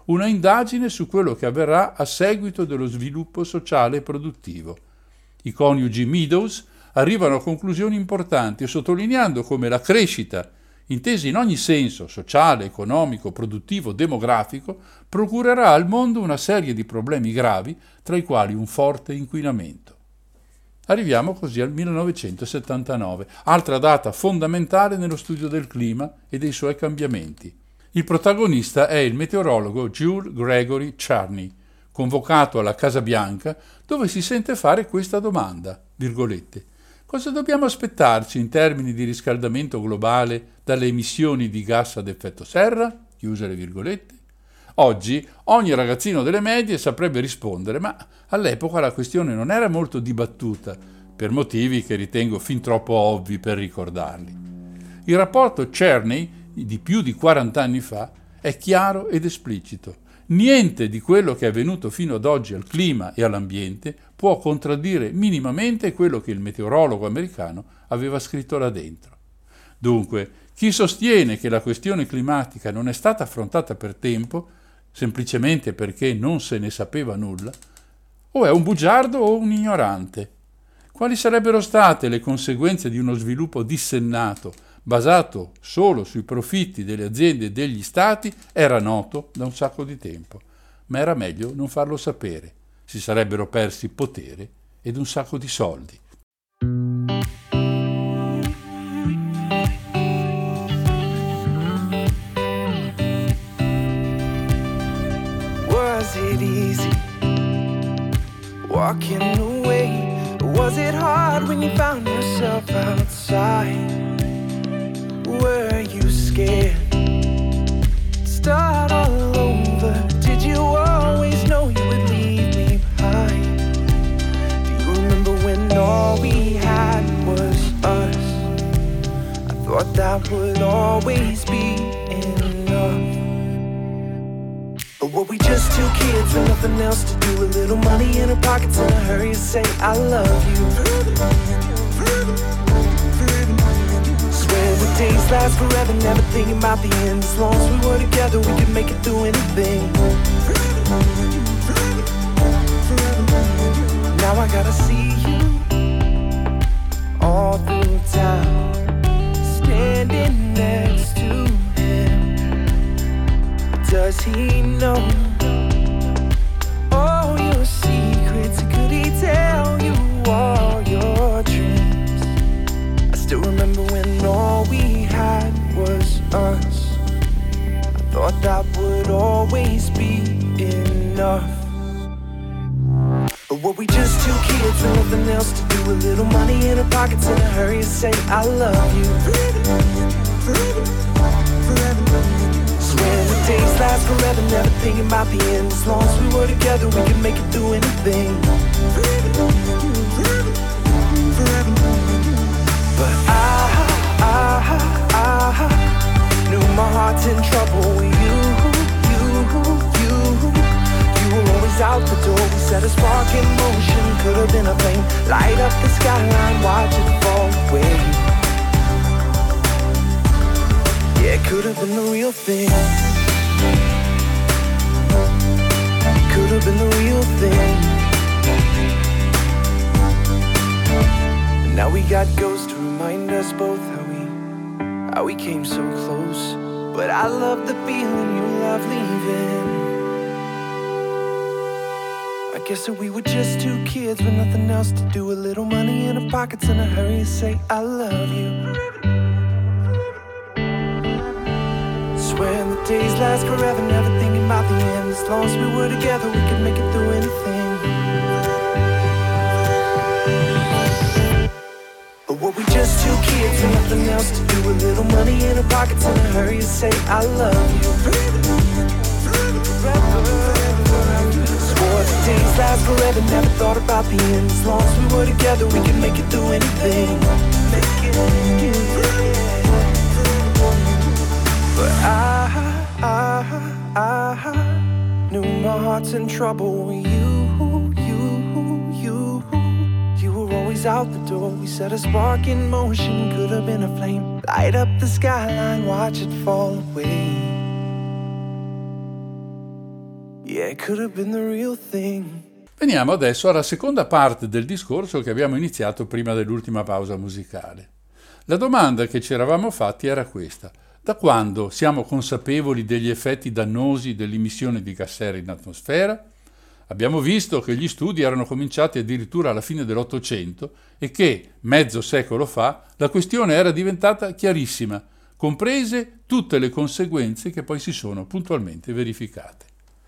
una indagine su quello che avverrà a seguito dello sviluppo sociale e produttivo. I coniugi Meadows arrivano a conclusioni importanti, sottolineando come la crescita, intesa in ogni senso, sociale, economico, produttivo, demografico, procurerà al mondo una serie di problemi gravi, tra i quali un forte inquinamento. Arriviamo così al 1979, altra data fondamentale nello studio del clima e dei suoi cambiamenti. Il protagonista è il meteorologo Jules Gregory Charney, convocato alla Casa Bianca, dove si sente fare questa domanda, virgolette, cosa dobbiamo aspettarci in termini di riscaldamento globale dalle emissioni di gas ad effetto serra? Chiuse le virgolette. Oggi ogni ragazzino delle medie saprebbe rispondere, ma all'epoca la questione non era molto dibattuta, per motivi che ritengo fin troppo ovvi per ricordarli. Il rapporto Charney, di più di 40 anni fa, è chiaro ed esplicito. Niente di quello che è avvenuto fino ad oggi al clima e all'ambiente può contraddire minimamente quello che il meteorologo americano aveva scritto là dentro. Dunque, chi sostiene che la questione climatica non è stata affrontata per tempo, semplicemente perché non se ne sapeva nulla, o è un bugiardo o un ignorante. Quali sarebbero state le conseguenze di uno sviluppo dissennato, basato solo sui profitti delle aziende e degli stati, era noto da un sacco di tempo, ma era meglio non farlo sapere. Si sarebbero persi potere ed un sacco di soldi. Was it easy walking away? Was it hard when you found yourself outside? Were you scared? Start all over. Did you always know you would leave me behind? Do you remember when all we had was us? I thought that would always be enough. But were we just two kids with nothing else to do? A little money in our pockets and a hurry to say I love you. Swear the days last forever, never thinking about the end. As long as we were together, we could make it through anything. Now I gotta see you all through town, standing next to him. Does he know all your secrets? Could he tell you all your dreams? I still remember when all we had was us. I thought that would always be enough. But were we just two kids with nothing else to do? A little money in our pockets and a hurry to say I love you. Swear the days last forever, never thinking about the end. As long as we were together, we could make it through anything. But I knew my heart's in trouble with you. You were always out the door. We set a spark in motion, could have been a flame. Light up the skyline, watch it fall away. Yeah, it could have been the real thing. Could have been the real thing. And now we got ghosts to remind us both how we came so close. But I love the feeling you love leaving. I guess that we were just two kids with nothing else to do. A little money in our pockets and a hurry to say I love you. Swear the days last forever, never thinking about the end. As long as we were together, we could make it through anything. But were we just two kids with nothing else to do? A little money in our pockets and a hurry to say I love you. Swore the days last forever, never thought about the end. As long as we were together, we could make it through anything. But I knew my heart's in trouble with you. You were always out the door. We set a spark in motion, could have been a flame. Light up the skyline, watch it fall away. Yeah, it could have been the real thing. Veniamo adesso alla seconda parte del discorso che abbiamo iniziato prima dell'ultima pausa musicale. La domanda che ci eravamo fatti era questa: da quando siamo consapevoli degli effetti dannosi dell'emissione di gas sera in atmosfera? Abbiamo visto che gli studi erano cominciati addirittura alla fine dell'Ottocento e che, mezzo secolo fa, la questione era diventata chiarissima, comprese tutte le conseguenze che poi si sono puntualmente verificate.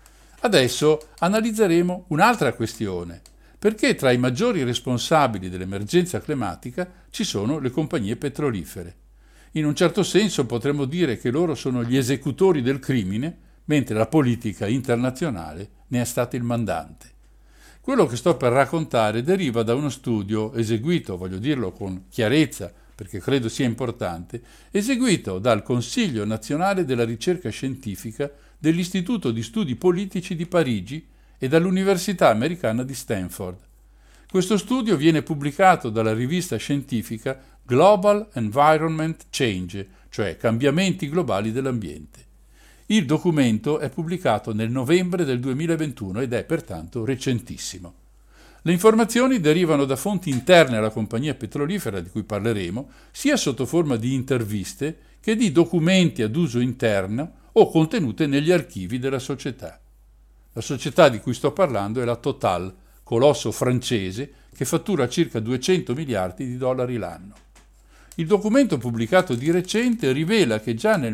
Adesso analizzeremo un'altra questione, perché tra i maggiori responsabili dell'emergenza climatica ci sono le compagnie petrolifere. In un certo senso potremmo dire che loro sono gli esecutori del crimine, mentre la politica internazionale ne è stata il mandante. Quello che sto per raccontare deriva da uno studio eseguito, voglio dirlo con chiarezza, perché credo sia importante, eseguito dal Consiglio Nazionale della Ricerca Scientifica dell'Istituto di Studi Politici di Parigi e dall'Università Americana di Stanford. Questo studio viene pubblicato dalla rivista scientifica Global Environment Change, cioè Cambiamenti globali dell'ambiente. Il documento è pubblicato nel novembre del 2021 ed è pertanto recentissimo. Le informazioni derivano da fonti interne alla compagnia petrolifera di cui parleremo, sia sotto forma di interviste che di documenti ad uso interno o contenute negli archivi della società. La società di cui sto parlando è la Total, colosso francese che fattura circa 200 miliardi di dollari l'anno. Il documento pubblicato di recente rivela che già nel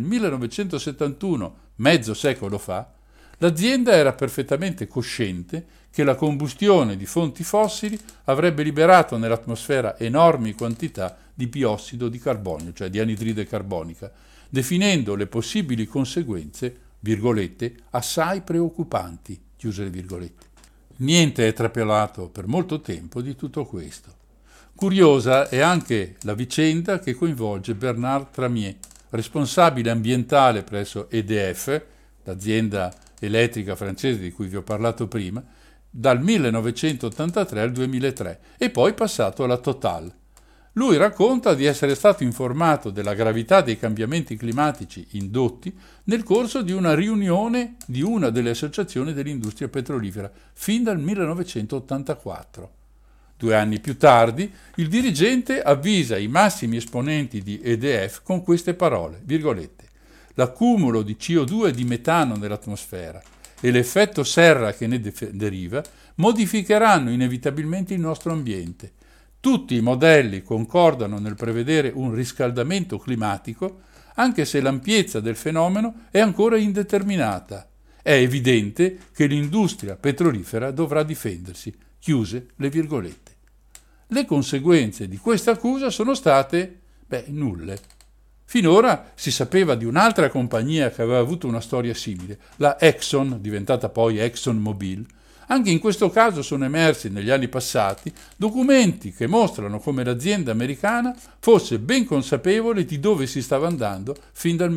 1971, mezzo secolo fa, l'azienda era perfettamente cosciente che la combustione di fonti fossili avrebbe liberato nell'atmosfera enormi quantità di biossido di carbonio, cioè di anidride carbonica, definendo le possibili conseguenze, virgolette, assai preoccupanti, chiuse le virgolette. Niente è trapelato per molto tempo di tutto questo. Curiosa è anche la vicenda che coinvolge Bernard Tramier, responsabile ambientale presso EDF, l'azienda elettrica francese di cui vi ho parlato prima, dal 1983 al 2003 e poi passato alla Total. Lui racconta di essere stato informato della gravità dei cambiamenti climatici indotti nel corso di una riunione di una delle associazioni dell'industria petrolifera fin dal 1984. 2 anni più tardi, il dirigente avvisa i massimi esponenti di EDF con queste parole, virgolette: l'accumulo di CO2 e di metano nell'atmosfera e l'effetto serra che ne deriva modificheranno inevitabilmente il nostro ambiente. Tutti i modelli concordano nel prevedere un riscaldamento climatico, anche se l'ampiezza del fenomeno è ancora indeterminata. È evidente che l'industria petrolifera dovrà difendersi. Chiuse le virgolette. Le conseguenze di questa accusa sono state, nulle. Finora si sapeva di un'altra compagnia che aveva avuto una storia simile, la Exxon, diventata poi ExxonMobil. Anche in questo caso sono emersi negli anni passati documenti che mostrano come l'azienda americana fosse ben consapevole di dove si stava andando fin dal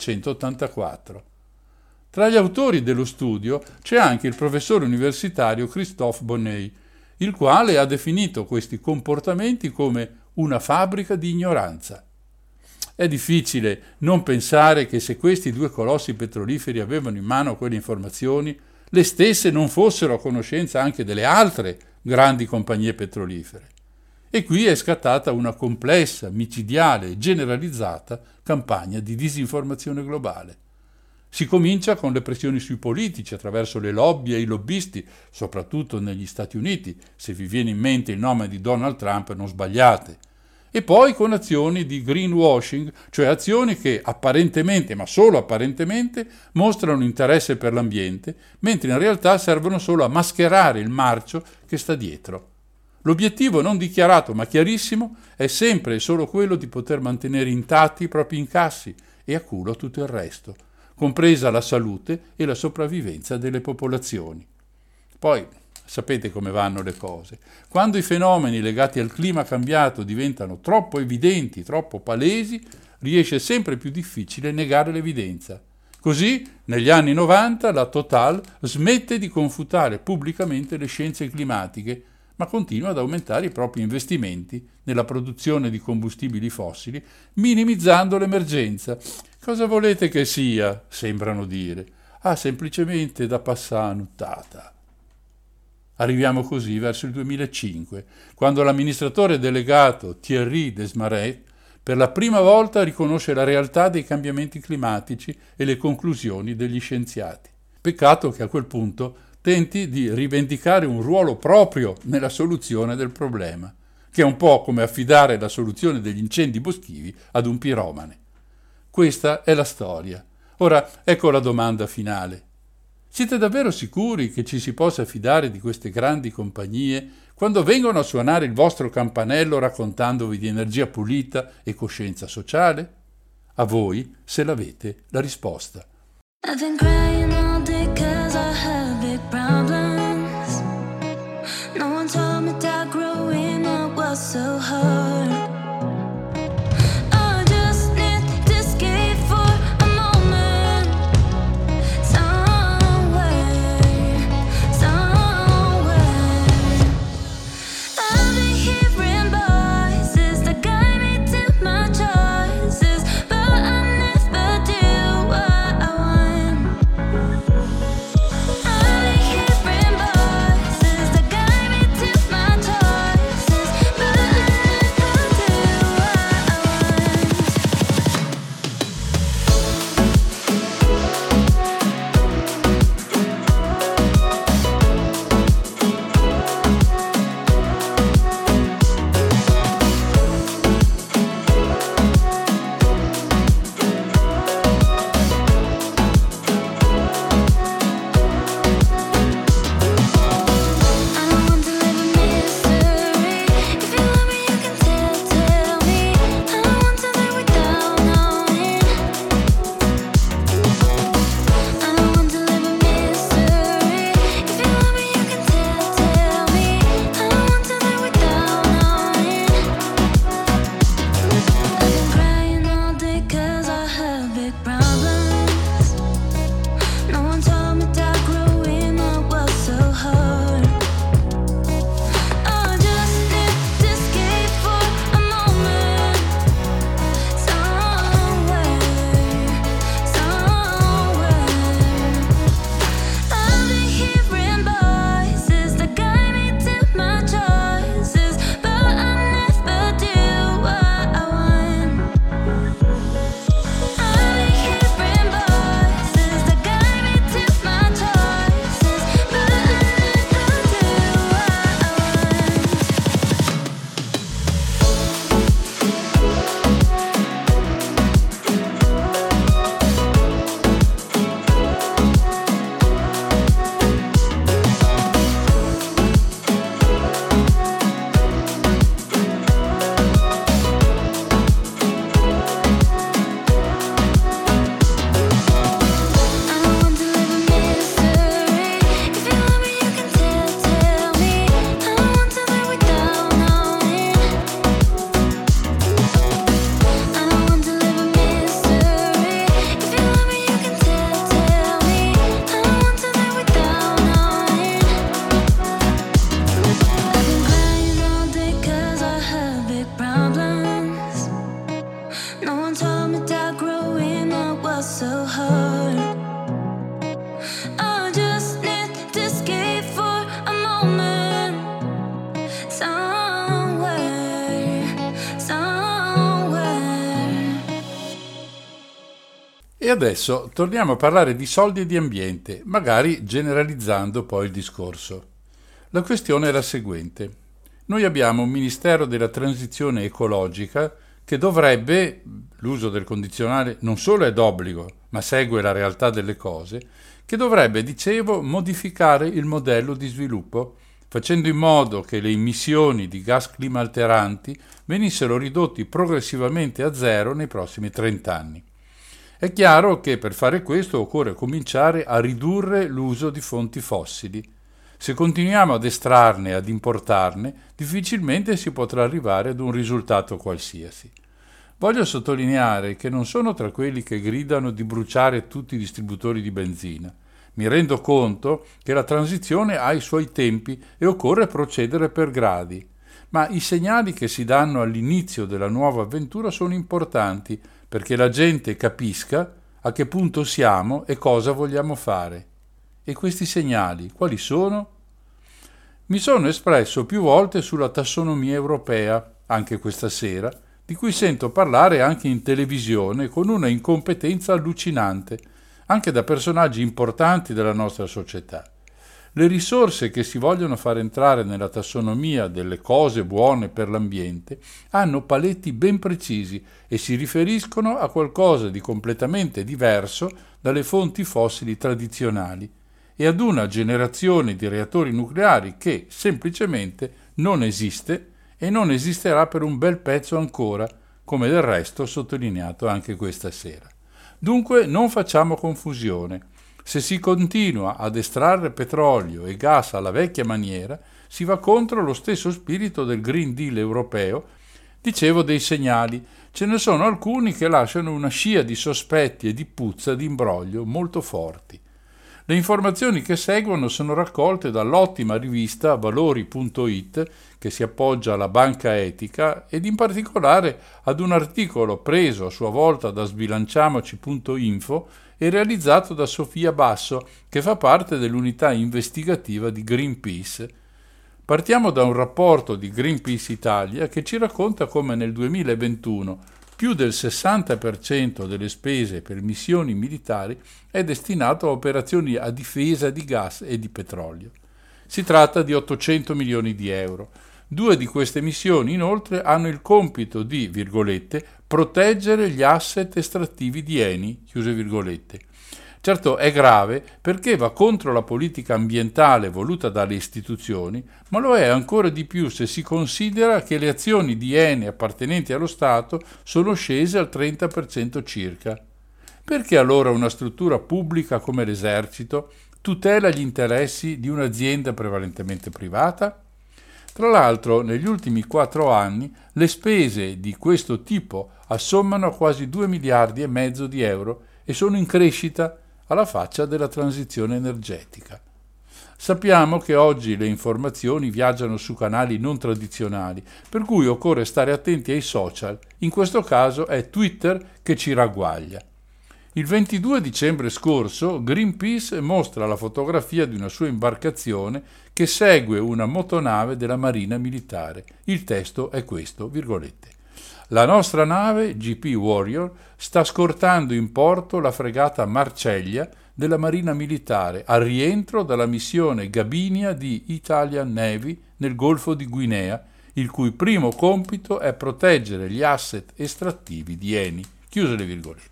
1984. Tra gli autori dello studio c'è anche il professore universitario Christophe Bonnet, il quale ha definito questi comportamenti come una fabbrica di ignoranza. È difficile non pensare che se questi 2 colossi petroliferi avevano in mano quelle informazioni, le stesse non fossero a conoscenza anche delle altre grandi compagnie petrolifere. E qui è scattata una complessa, micidiale e generalizzata campagna di disinformazione globale. Si comincia con le pressioni sui politici attraverso le lobby e i lobbisti, soprattutto negli Stati Uniti, se vi viene in mente il nome di Donald Trump non sbagliate, e poi con azioni di greenwashing, cioè azioni che apparentemente, ma solo apparentemente, mostrano interesse per l'ambiente, mentre in realtà servono solo a mascherare il marcio che sta dietro. L'obiettivo non dichiarato ma chiarissimo è sempre e solo quello di poter mantenere intatti i propri incassi e a culo tutto il resto, compresa la salute e la sopravvivenza delle popolazioni. Poi sapete come vanno le cose. Quando i fenomeni legati al clima cambiato diventano troppo evidenti, troppo palesi, riesce sempre più difficile negare l'evidenza. Così, negli anni 90, la Total smette di confutare pubblicamente le scienze climatiche, ma continua ad aumentare i propri investimenti nella produzione di combustibili fossili, minimizzando l'emergenza. Cosa volete che sia? Sembrano dire. semplicemente da passare nottata. Arriviamo così verso il 2005, quando l'amministratore delegato Thierry Desmarais per la prima volta riconosce la realtà dei cambiamenti climatici e le conclusioni degli scienziati. Peccato che a quel punto tenti di rivendicare un ruolo proprio nella soluzione del problema, che è un po' come affidare la soluzione degli incendi boschivi ad un piromane. Questa è la storia. Ora ecco la domanda finale. Siete davvero sicuri che ci si possa fidare di queste grandi compagnie quando vengono a suonare il vostro campanello raccontandovi di energia pulita e coscienza sociale? A voi, se l'avete, la risposta. I've been crying all day 'cause I have big problems. No one told me that growing up was so hard. I just need to escape for a moment. Somewhere. I've been hearing voices that guide me to my choices, but I never do what I want. I've been hearing voices that guide me to my choices, but I never do what I don't want to live in mystery. If you love me, you can tell me. I don't want to live without knowing. I don't want to live in mystery. If you love me, you can tell me. I don't want to live without knowing. I've been crying all day 'cause I have big problems. No one told me that growing up was so hard. I just need to escape for a moment. Somewhere. I've been hearing voices that guide me to my choices, but I never do what I want. I've been hearing voices that guide me to my choices, but I never do what I don't want to live in mystery. If you love me, you can tell me. I don't want to live without knowing. I don't want to live in mystery. If you love me, you can tell me. I don't want to live without knowing. I've been crying all day 'cause I have big problems. No one told me that growing up was so hard. I just need to escape for a moment. Somewhere. E adesso torniamo a parlare di soldi e di ambiente, magari generalizzando poi il discorso. La questione è la seguente. Noi abbiamo un Ministero della Transizione Ecologica che dovrebbe, l'uso del condizionale non solo è d'obbligo, ma segue la realtà delle cose, che dovrebbe, dicevo, modificare il modello di sviluppo, facendo in modo che le emissioni di gas climalteranti venissero ridotti progressivamente a zero nei prossimi 30 anni. È chiaro che per fare questo occorre cominciare a ridurre l'uso di fonti fossili. Se continuiamo ad estrarne e ad importarne, difficilmente si potrà arrivare ad un risultato qualsiasi. Voglio sottolineare che non sono tra quelli che gridano di bruciare tutti i distributori di benzina. Mi rendo conto che la transizione ha i suoi tempi e occorre procedere per gradi, ma i segnali che si danno all'inizio della nuova avventura sono importanti perché la gente capisca, a che punto siamo e cosa vogliamo fare. E questi segnali, quali sono? Mi sono espresso più volte sulla tassonomia europea, anche questa sera, di cui sento parlare anche in televisione con una incompetenza allucinante, anche da personaggi importanti della nostra società. Le risorse che si vogliono far entrare nella tassonomia delle cose buone per l'ambiente hanno paletti ben precisi e si riferiscono a qualcosa di completamente diverso dalle fonti fossili tradizionali e ad una generazione di reattori nucleari che semplicemente non esiste e non esisterà per un bel pezzo ancora, come del resto sottolineato anche questa sera. Dunque non facciamo confusione. Se si continua ad estrarre petrolio e gas alla vecchia maniera, si va contro lo stesso spirito del Green Deal europeo. Dicevo dei segnali, ce ne sono alcuni che lasciano una scia di sospetti e di puzza di imbroglio molto forti. Le informazioni che seguono sono raccolte dall'ottima rivista Valori.it, che si appoggia alla Banca Etica, ed in particolare ad un articolo preso a sua volta da sbilanciamoci.info e realizzato da Sofia Basso, che fa parte dell'unità investigativa di Greenpeace. Partiamo da un rapporto di Greenpeace Italia che ci racconta come nel 2021 più del 60% delle spese per missioni militari è destinato a operazioni a difesa di gas e di petrolio. Si tratta di 800 milioni di euro. 2 di queste missioni, inoltre, hanno il compito di, virgolette, proteggere gli asset estrattivi di Eni, chiuse virgolette. Certo è grave perché va contro la politica ambientale voluta dalle istituzioni, ma lo è ancora di più se si considera che le azioni di Eni appartenenti allo Stato sono scese al 30% circa. Perché allora una struttura pubblica come l'Esercito tutela gli interessi di un'azienda prevalentemente privata? Tra l'altro, negli ultimi 4 anni le spese di questo tipo assommano a quasi 2 miliardi e mezzo di euro e sono in crescita alla faccia della transizione energetica. Sappiamo che oggi le informazioni viaggiano su canali non tradizionali, per cui occorre stare attenti ai social. In questo caso è Twitter che ci ragguaglia. Il 22 dicembre scorso Greenpeace mostra la fotografia di una sua imbarcazione che segue una motonave della Marina Militare. Il testo è questo, virgolette. La nostra nave, GP Warrior, sta scortando in porto la fregata Marceglia della Marina Militare al rientro dalla missione Gabinia di Italian Navy nel Golfo di Guinea, il cui primo compito è proteggere gli asset estrattivi di Eni. Chiuse le virgolette.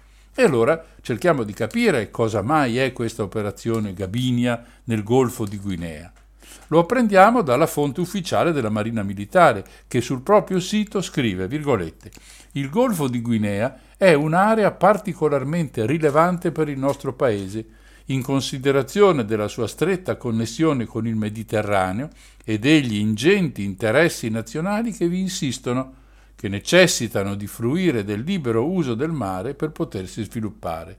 E allora cerchiamo di capire cosa mai è questa operazione Gabinia nel Golfo di Guinea. Lo apprendiamo dalla fonte ufficiale della Marina Militare, che sul proprio sito scrive, virgolette, «Il Golfo di Guinea è un'area particolarmente rilevante per il nostro Paese, in considerazione della sua stretta connessione con il Mediterraneo e degli ingenti interessi nazionali che vi insistono, che necessitano di fruire del libero uso del mare per potersi sviluppare.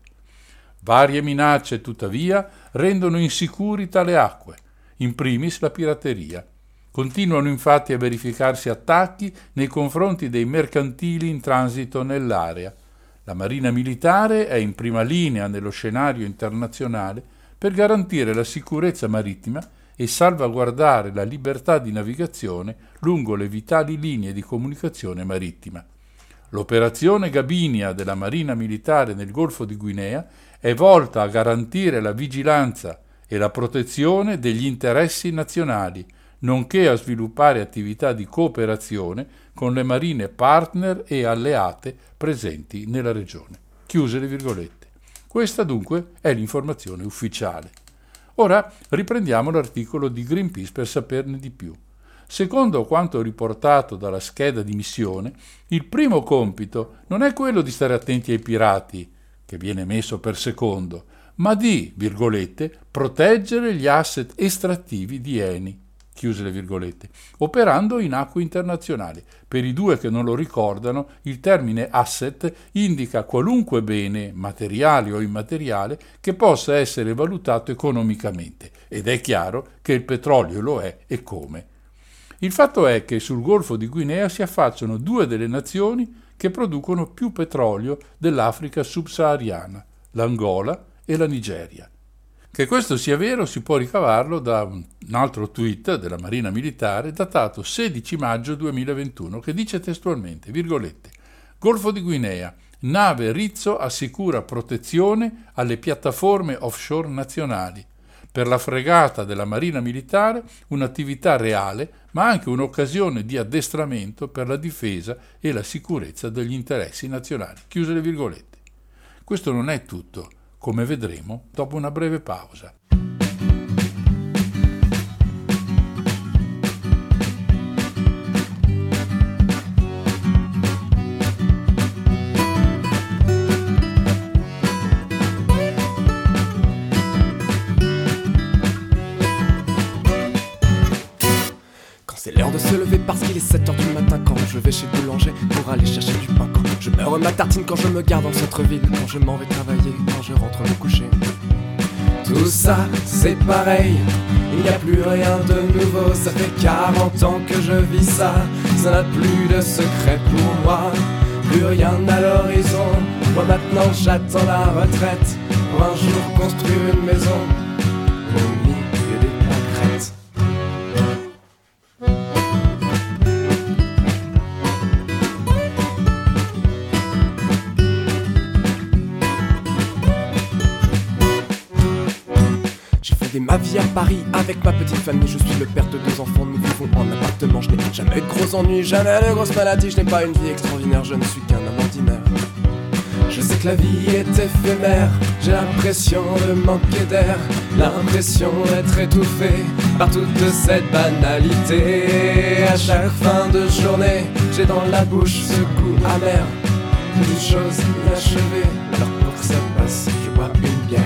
Varie minacce, tuttavia, rendono insicuri tale acque, in primis la pirateria. Continuano infatti a verificarsi attacchi nei confronti dei mercantili in transito nell'area. La Marina Militare è in prima linea nello scenario internazionale per garantire la sicurezza marittima e salvaguardare la libertà di navigazione lungo le vitali linee di comunicazione marittima. L'operazione Gabinia della Marina Militare nel Golfo di Guinea è volta a garantire la vigilanza e la protezione degli interessi nazionali, nonché a sviluppare attività di cooperazione con le marine partner e alleate presenti nella regione. Chiuse le virgolette. Questa dunque è l'informazione ufficiale. Ora riprendiamo l'articolo di Greenpeace per saperne di più. Secondo quanto riportato dalla scheda di missione, il primo compito non è quello di stare attenti ai pirati, che viene messo per secondo, ma di, virgolette, proteggere gli asset estrattivi di Eni, chiuse le virgolette, operando in acque internazionali. Per i due che non lo ricordano, il termine asset indica qualunque bene, materiale o immateriale, che possa essere valutato economicamente, ed è chiaro che il petrolio lo è e come. Il fatto è che sul Golfo di Guinea si affacciano 2 delle nazioni che producono più petrolio dell'Africa subsahariana, l'Angola e la Nigeria. Che questo sia vero si può ricavarlo da un altro tweet della Marina Militare datato 16 maggio 2021 che dice testualmente, virgolette, Golfo di Guinea, nave Rizzo assicura protezione alle piattaforme offshore nazionali. Per la fregata della Marina Militare un'attività reale, ma anche un'occasione di addestramento per la difesa e la sicurezza degli interessi nazionali. Chiuse le virgolette. Questo non è tutto, come vedremo dopo una breve pausa. C'est l'heure de se lever parce qu'il est 7h du matin quand je vais chez le boulanger pour aller chercher du pain. Quand je beurre ma tartine, quand je me garde dans le centre-ville, quand je m'en vais travailler, quand je rentre me coucher. Tout ça, c'est pareil, il n'y a plus rien de nouveau. Ça fait 40 ans que je vis ça, ça n'a plus de secret pour moi. Plus rien à l'horizon, moi maintenant j'attends la retraite pour un jour construire une maison au milieu des pâquerettes. Ma vie à Paris avec ma petite famille. Je suis le père de 2 enfants, nous vivons en appartement. Je n'ai jamais eu de gros ennuis, jamais de grosses maladies. Je n'ai pas une vie extraordinaire, je ne suis qu'un homme ordinaire. Je sais que la vie est éphémère, j'ai l'impression de manquer d'air, l'impression d'être étouffé par toute cette banalité. À chaque fin de journée, j'ai dans la bouche ce goût amer d'une chose inachevée. Alors pour que ça passe, je bois une bière.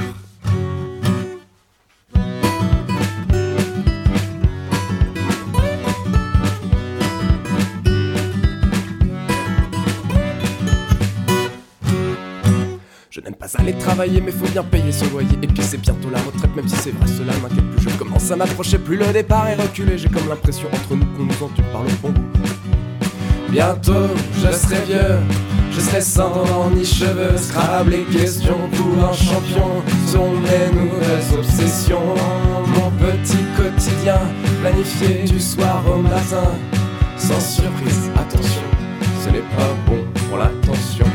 Je n'aime pas aller travailler mais faut bien payer son loyer. Et puis c'est bientôt la retraite, même si c'est vrai cela m'inquiète plus. Je commence à m'approcher, plus le départ est reculé. J'ai comme l'impression entre nous qu'on nous entend par le bon bout. Bientôt je serai vieux, je serai sans dents ni cheveux. Scrabble les questions pour un champion sont mes nouvelles obsessions. Mon petit quotidien planifié du soir au matin. Sans surprise, attention, ce n'est pas bon pour l'attention.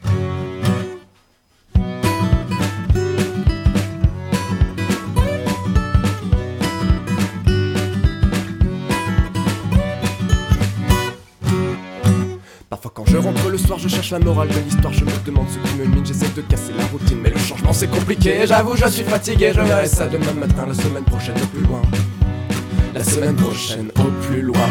Quand je rentre le soir, je cherche la morale de l'histoire. Je me demande ce qui me mine, j'essaie de casser la routine. Mais le changement c'est compliqué, j'avoue je suis fatigué. Je verrai ça demain matin, la semaine prochaine au plus loin. La semaine prochaine au plus loin.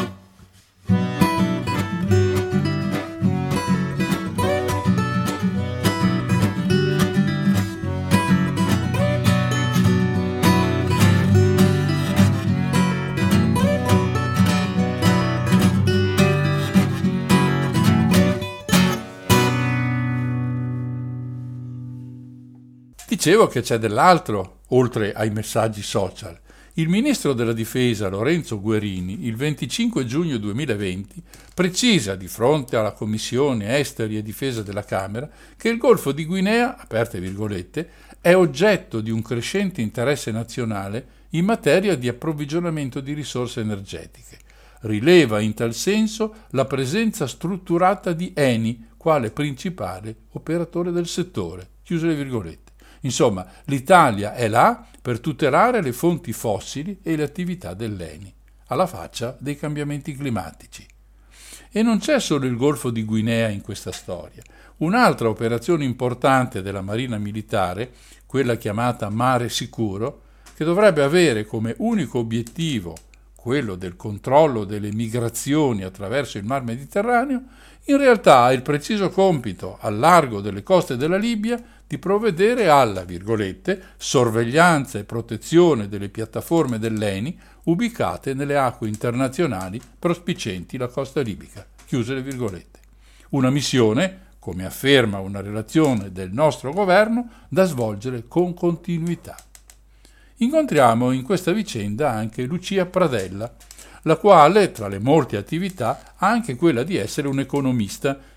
Dicevo che c'è dell'altro, oltre ai messaggi social. Il ministro della Difesa Lorenzo Guerini, il 25 giugno 2020, precisa di fronte alla Commissione Esteri e Difesa della Camera che il Golfo di Guinea, aperte virgolette, è oggetto di un crescente interesse nazionale in materia di approvvigionamento di risorse energetiche. Rileva in tal senso la presenza strutturata di Eni quale principale operatore del settore. Chiuse le virgolette. Insomma, l'Italia è là per tutelare le fonti fossili e le attività dell'Eni, alla faccia dei cambiamenti climatici. E non c'è solo il Golfo di Guinea in questa storia. Un'altra operazione importante della Marina Militare, quella chiamata Mare Sicuro, che dovrebbe avere come unico obiettivo quello del controllo delle migrazioni attraverso il Mar Mediterraneo, in realtà ha il preciso compito, al largo delle coste della Libia, di provvedere alla, virgolette, sorveglianza e protezione delle piattaforme dell'Eni ubicate nelle acque internazionali prospicienti la costa libica. Chiuse le virgolette. Una missione, come afferma una relazione del nostro governo, da svolgere con continuità. Incontriamo in questa vicenda anche Lucia Pradella, la quale, tra le molte attività, ha anche quella di essere un economista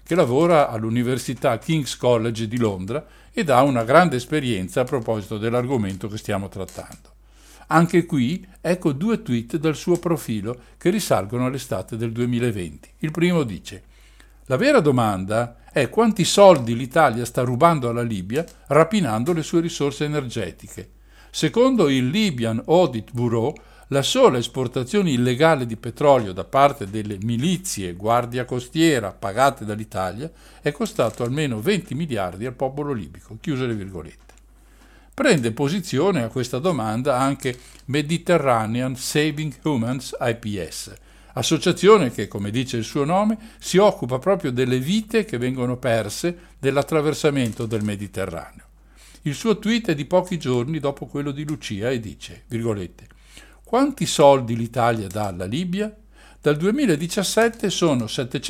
che lavora all'Università King's College di Londra ed ha una grande esperienza a proposito dell'argomento che stiamo trattando. Anche qui ecco 2 tweet dal suo profilo che risalgono all'estate del 2020. Il primo dice: la vera domanda è quanti soldi l'Italia sta rubando alla Libia rapinando le sue risorse energetiche. Secondo il Libyan Audit Bureau, la sola esportazione illegale di petrolio da parte delle milizie guardia costiera pagate dall'Italia è costato almeno 20 miliardi al popolo libico. Chiuse le virgolette. Prende posizione a questa domanda anche Mediterranean Saving Humans IPS, associazione che, come dice il suo nome, si occupa proprio delle vite che vengono perse dell'attraversamento del Mediterraneo. Il suo tweet è di pochi giorni dopo quello di Lucia e dice, virgolette, quanti soldi l'Italia dà alla Libia? Dal 2017 sono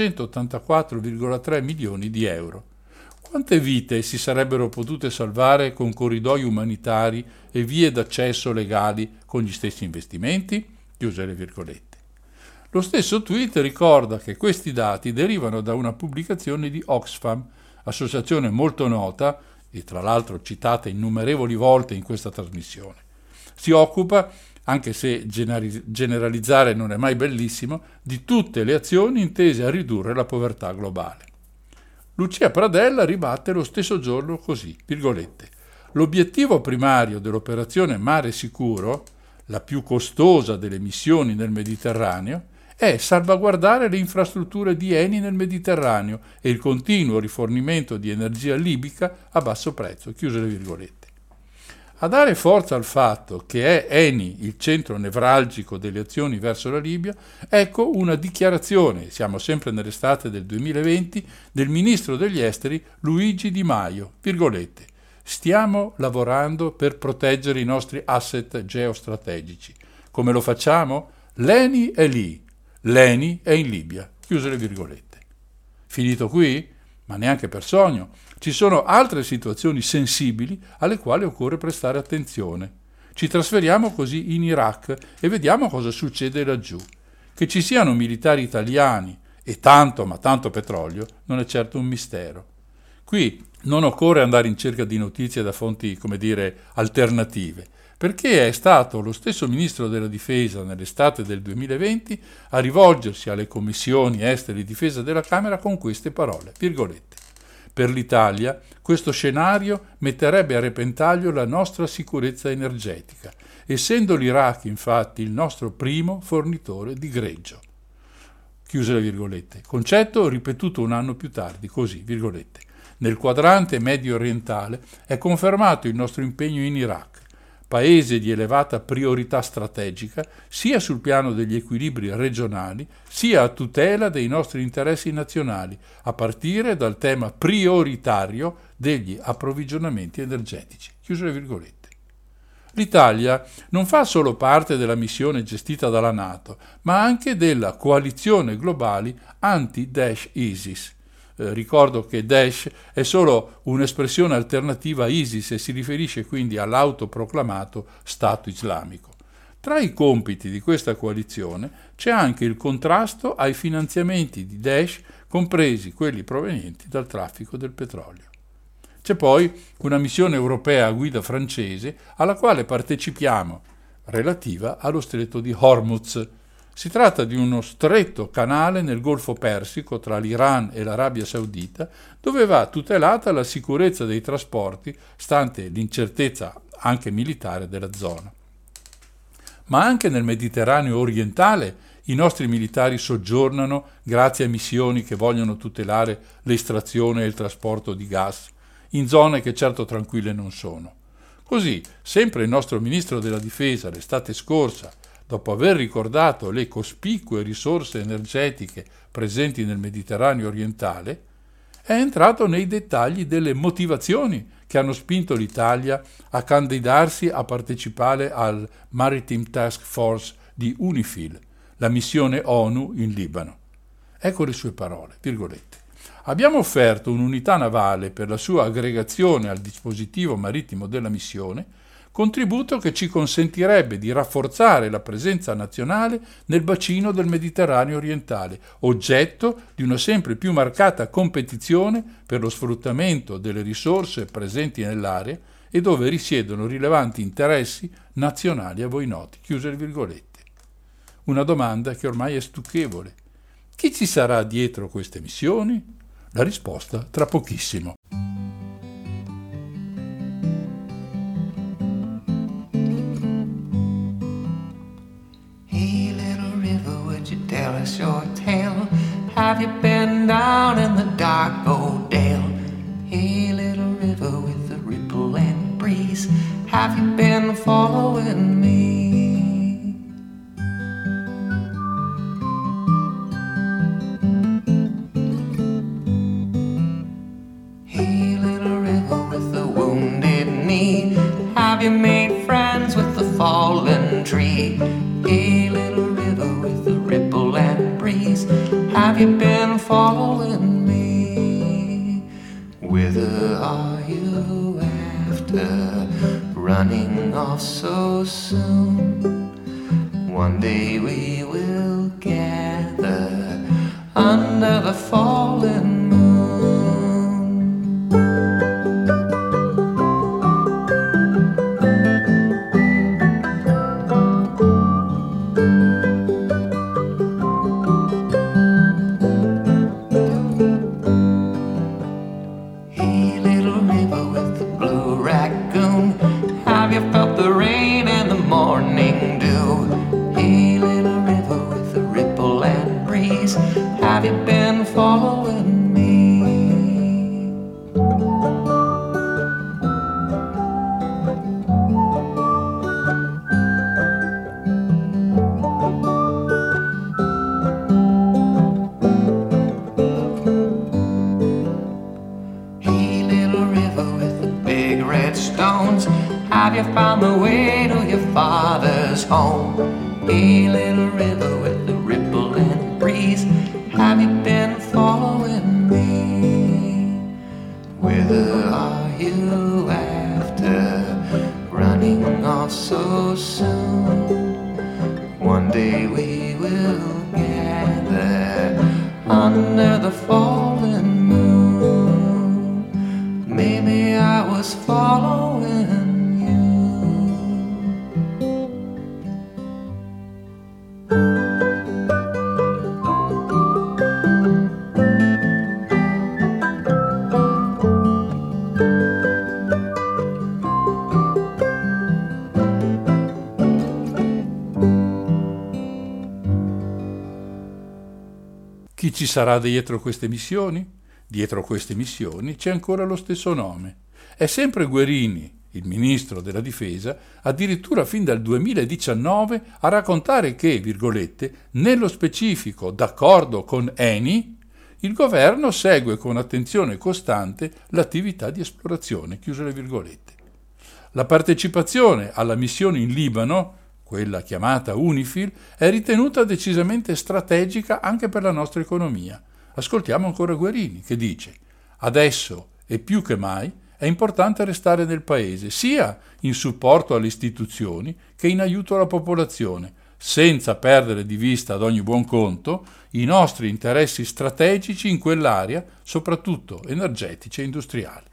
784,3 milioni di euro. Quante vite si sarebbero potute salvare con corridoi umanitari e vie d'accesso legali con gli stessi investimenti? Chiuse le virgolette. Lo stesso tweet ricorda che questi dati derivano da una pubblicazione di Oxfam, associazione molto nota e tra l'altro citata innumerevoli volte in questa trasmissione. Si occupa, anche se generalizzare non è mai bellissimo, di tutte le azioni intese a ridurre la povertà globale. Lucia Pradella ribatte lo stesso giorno così, virgolette, l'obiettivo primario dell'operazione Mare Sicuro, la più costosa delle missioni nel Mediterraneo, è salvaguardare le infrastrutture di Eni nel Mediterraneo e il continuo rifornimento di energia libica a basso prezzo, chiuse le virgolette. A dare forza al fatto che è Eni il centro nevralgico delle azioni verso la Libia, ecco una dichiarazione, siamo sempre nell'estate del 2020, del ministro degli esteri Luigi Di Maio, virgolette, stiamo lavorando per proteggere i nostri asset geostrategici. Come lo facciamo? L'Eni è lì, l'Eni è in Libia, chiuse le virgolette. Finito qui? Ma neanche per sogno. Ci sono altre situazioni sensibili alle quali occorre prestare attenzione. Ci trasferiamo così in Iraq e vediamo cosa succede laggiù. Che ci siano militari italiani e tanto, ma tanto petrolio non è certo un mistero. Qui non occorre andare in cerca di notizie da fonti, come dire, alternative, perché è stato lo stesso ministro della Difesa nell'estate del 2020 a rivolgersi alle commissioni esteri e difesa della Camera con queste parole, virgolette. Per l'Italia questo scenario metterebbe a repentaglio la nostra sicurezza energetica, essendo l'Iraq infatti il nostro primo fornitore di greggio. Chiuse le virgolette. Concetto ripetuto un anno più tardi, così, virgolette. Nel quadrante medio orientale è confermato il nostro impegno in Iraq, paese di elevata priorità strategica sia sul piano degli equilibri regionali sia a tutela dei nostri interessi nazionali, a partire dal tema prioritario degli approvvigionamenti energetici. Chiuse le virgolette. L'Italia non fa solo parte della missione gestita dalla NATO, ma anche della coalizione globale anti-Daesh ISIS. Ricordo che Daesh è solo un'espressione alternativa a ISIS e si riferisce quindi all'autoproclamato Stato islamico. Tra i compiti di questa coalizione c'è anche il contrasto ai finanziamenti di Daesh, compresi quelli provenienti dal traffico del petrolio. C'è poi una missione europea a guida francese alla quale partecipiamo, relativa allo stretto di Hormuz. Si tratta di uno stretto canale nel Golfo Persico tra l'Iran e l'Arabia Saudita, dove va tutelata la sicurezza dei trasporti, stante l'incertezza anche militare della zona. Ma anche nel Mediterraneo orientale i nostri militari soggiornano grazie a missioni che vogliono tutelare l'estrazione e il trasporto di gas, in zone che certo tranquille non sono. Così, sempre il nostro ministro della Difesa l'estate scorsa, dopo aver ricordato le cospicue risorse energetiche presenti nel Mediterraneo orientale, è entrato nei dettagli delle motivazioni che hanno spinto l'Italia a candidarsi a partecipare al Maritime Task Force di UNIFIL, la missione ONU in Libano. Ecco le sue parole, virgolette. Abbiamo offerto un'unità navale per la sua aggregazione al dispositivo marittimo della missione, contributo che ci consentirebbe di rafforzare la presenza nazionale nel bacino del Mediterraneo orientale, oggetto di una sempre più marcata competizione per lo sfruttamento delle risorse presenti nell'area e dove risiedono rilevanti interessi nazionali a voi noti. Chiuse le virgolette. Una domanda che ormai è stucchevole. Chi ci sarà dietro queste missioni? La risposta tra pochissimo. Hey little river, would you tell us your tale? Have you been down in the dark old dale? Hey little river with the ripple and breeze, have you been following me? Hey little river with the wounded knee, have you made friends with the fallen tree? Hey little river with the ripple and breeze, have you been following me? Whither are you after, running off so soon? One day we will gather under the fallen moon. Hey little river with the blue raccoon, have you felt the rain and the morning dew? Hey little river with the ripple and breeze, have you been following me? Hey little river with the big red stones, have you found the way to your father's home? Hey little river with the ripple and breeze, have you been following me? Whither are you after, running off so soon? One day we will gather under the fallen moon. Maybe I was following you. Chi ci sarà dietro queste missioni? Dietro queste missioni c'è ancora lo stesso nome. È sempre Guerini, il ministro della difesa, addirittura fin dal 2019 a raccontare che, virgolette, nello specifico, d'accordo con ENI, il governo segue con attenzione costante l'attività di esplorazione, chiuse le virgolette. La partecipazione alla missione in Libano, quella chiamata UNIFIL, è ritenuta decisamente strategica anche per la nostra economia. Ascoltiamo ancora Guerini, che dice: adesso e più che mai è importante restare nel paese, sia in supporto alle istituzioni che in aiuto alla popolazione, senza perdere di vista ad ogni buon conto i nostri interessi strategici in quell'area, soprattutto energetici e industriali.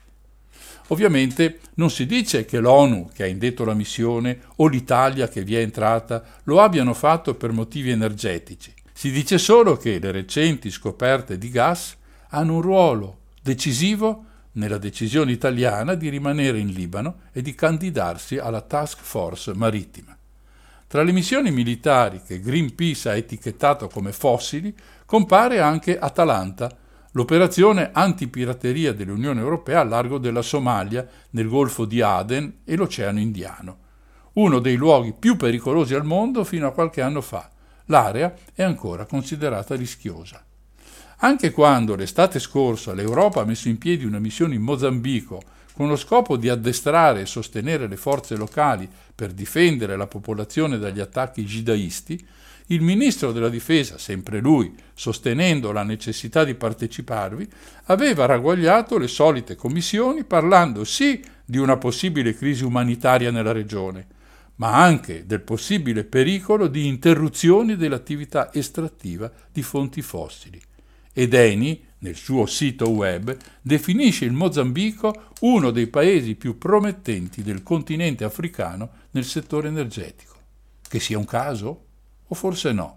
Ovviamente non si dice che l'ONU, che ha indetto la missione, o l'Italia, che vi è entrata, lo abbiano fatto per motivi energetici. Si dice solo che le recenti scoperte di gas hanno un ruolo decisivo nella decisione italiana di rimanere in Libano e di candidarsi alla task force marittima. Tra le missioni militari che Greenpeace ha etichettato come fossili compare anche Atalanta, l'operazione antipirateria dell'Unione Europea al largo della Somalia, nel Golfo di Aden e l'Oceano Indiano, uno dei luoghi più pericolosi al mondo fino a qualche anno fa. L'area è ancora considerata rischiosa. Anche quando l'estate scorsa l'Europa ha messo in piedi una missione in Mozambico con lo scopo di addestrare e sostenere le forze locali per difendere la popolazione dagli attacchi jihadisti, il ministro della difesa, sempre lui, sostenendo la necessità di parteciparvi, aveva ragguagliato le solite commissioni parlando sì di una possibile crisi umanitaria nella regione, ma anche del possibile pericolo di interruzioni dell'attività estrattiva di fonti fossili. Ed Eni, nel suo sito web, definisce il Mozambico uno dei paesi più promettenti del continente africano nel settore energetico. Che sia un caso? O forse no?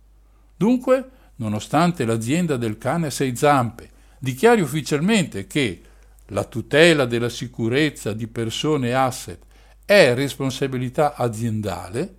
Dunque, nonostante l'azienda del cane a 6 zampe dichiari ufficialmente che la tutela della sicurezza di persone e asset è responsabilità aziendale,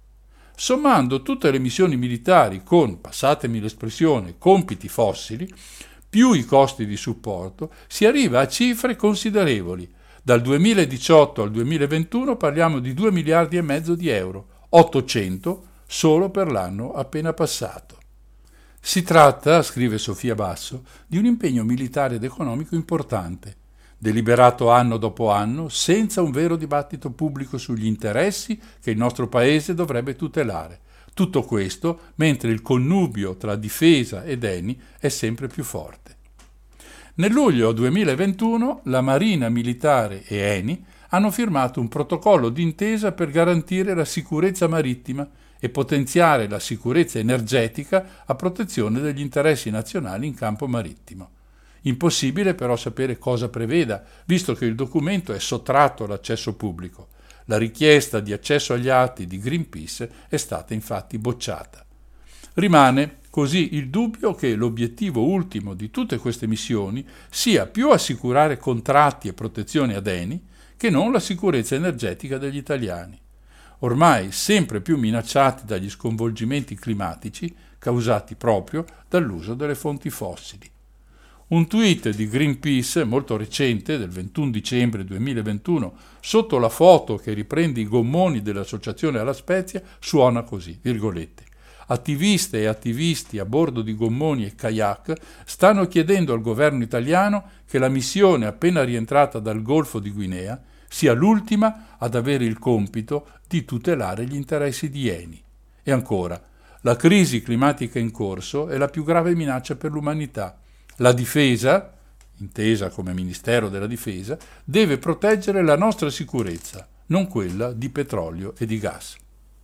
sommando tutte le missioni militari con, passatemi l'espressione, compiti fossili, più i costi di supporto, si arriva a cifre considerevoli. Dal 2018 al 2021 parliamo di 2 miliardi e mezzo di euro, 800 solo per l'anno appena passato. Si tratta, scrive Sofia Basso, di un impegno militare ed economico importante, deliberato anno dopo anno, senza un vero dibattito pubblico sugli interessi che il nostro Paese dovrebbe tutelare. Tutto questo mentre il connubio tra difesa ed Eni è sempre più forte. Nel luglio 2021 la Marina Militare e Eni hanno firmato un protocollo d'intesa per garantire la sicurezza marittima e potenziare la sicurezza energetica a protezione degli interessi nazionali in campo marittimo. Impossibile però sapere cosa preveda, visto che il documento è sottratto all'accesso pubblico. La richiesta di accesso agli atti di Greenpeace è stata infatti bocciata. Rimane così il dubbio che l'obiettivo ultimo di tutte queste missioni sia più assicurare contratti e protezioni ad Eni che non la sicurezza energetica degli italiani, ormai sempre più minacciati dagli sconvolgimenti climatici causati proprio dall'uso delle fonti fossili. Un tweet di Greenpeace molto recente, del 21 dicembre 2021, sotto la foto che riprende i gommoni dell'Associazione alla Spezia, suona così, virgolette. Attiviste e attivisti a bordo di gommoni e kayak stanno chiedendo al governo italiano che la missione appena rientrata dal Golfo di Guinea sia l'ultima ad avere il compito di tutelare gli interessi di Eni. E ancora, la crisi climatica in corso è la più grave minaccia per l'umanità. La difesa, intesa come Ministero della Difesa, deve proteggere la nostra sicurezza, non quella di petrolio e di gas.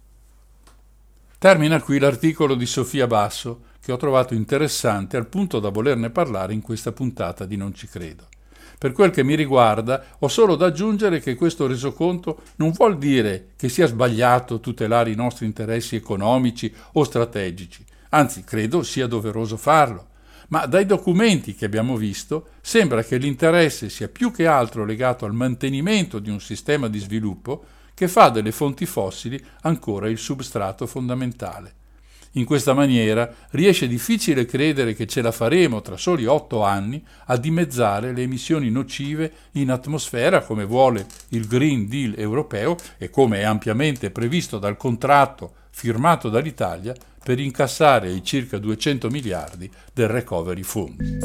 Termina qui l'articolo di Sofia Basso, che ho trovato interessante al punto da volerne parlare in questa puntata di Non ci credo. Per quel che mi riguarda, ho solo da aggiungere che questo resoconto non vuol dire che sia sbagliato tutelare i nostri interessi economici o strategici, anzi credo sia doveroso farlo. Ma dai documenti che abbiamo visto sembra che l'interesse sia più che altro legato al mantenimento di un sistema di sviluppo che fa delle fonti fossili ancora il substrato fondamentale. In questa maniera riesce difficile credere che ce la faremo tra soli 8 anni a dimezzare le emissioni nocive in atmosfera come vuole il Green Deal europeo e come è ampiamente previsto dal contratto firmato dall'Italia per incassare i circa 200 miliardi del Recovery Fund.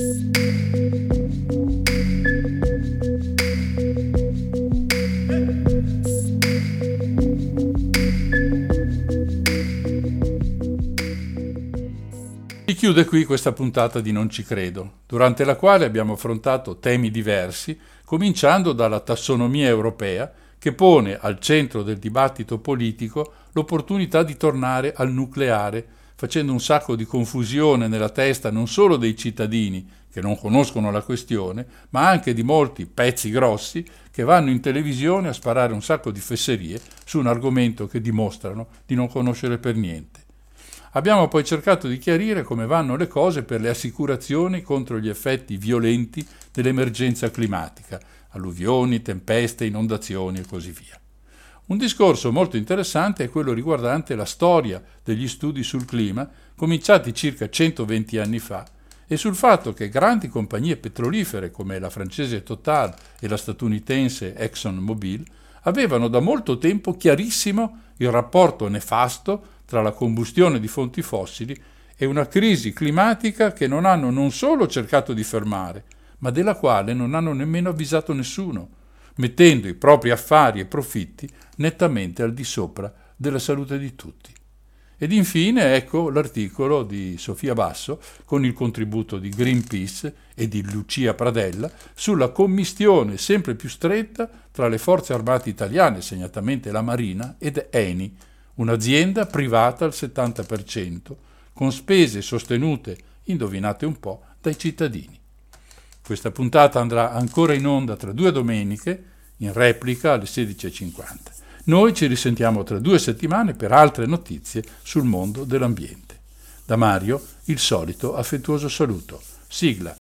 Si chiude qui questa puntata di Non ci credo, durante la quale abbiamo affrontato temi diversi, cominciando dalla tassonomia europea, che pone al centro del dibattito politico l'opportunità di tornare al nucleare, facendo un sacco di confusione nella testa non solo dei cittadini che non conoscono la questione, ma anche di molti pezzi grossi che vanno in televisione a sparare un sacco di fesserie su un argomento che dimostrano di non conoscere per niente. Abbiamo poi cercato di chiarire come vanno le cose per le assicurazioni contro gli effetti violenti dell'emergenza climatica, alluvioni, tempeste, inondazioni e così via. Un discorso molto interessante è quello riguardante la storia degli studi sul clima, cominciati circa 120 anni fa, e sul fatto che grandi compagnie petrolifere come la francese Total e la statunitense ExxonMobil avevano da molto tempo chiarissimo il rapporto nefasto tra la combustione di fonti fossili e una crisi climatica che non hanno non solo cercato di fermare, ma della quale non hanno nemmeno avvisato nessuno, mettendo i propri affari e profitti nettamente al di sopra della salute di tutti. Ed infine ecco l'articolo di Sofia Basso con il contributo di Greenpeace e di Lucia Pradella sulla commistione sempre più stretta tra le forze armate italiane, segnatamente la Marina, ed Eni, un'azienda privata al 70%, con spese sostenute, indovinate un po', dai cittadini. Questa puntata andrà ancora in onda tra 2 domeniche, in replica alle 16:50. Noi ci risentiamo tra 2 settimane per altre notizie sul mondo dell'ambiente. Da Mario, il solito affettuoso saluto. Sigla.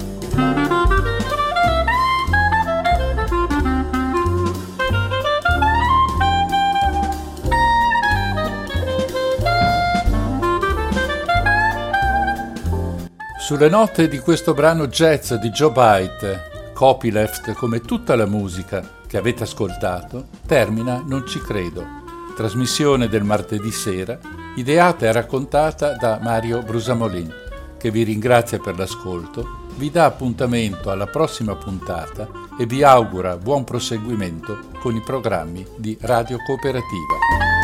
Sulle note di questo brano jazz di Joe Byte, copyleft come tutta la musica che avete ascoltato, termina Non ci credo, trasmissione del martedì sera, ideata e raccontata da Mario Brusamolin, che vi ringrazia per l'ascolto, vi dà appuntamento alla prossima puntata e vi augura buon proseguimento con i programmi di Radio Cooperativa.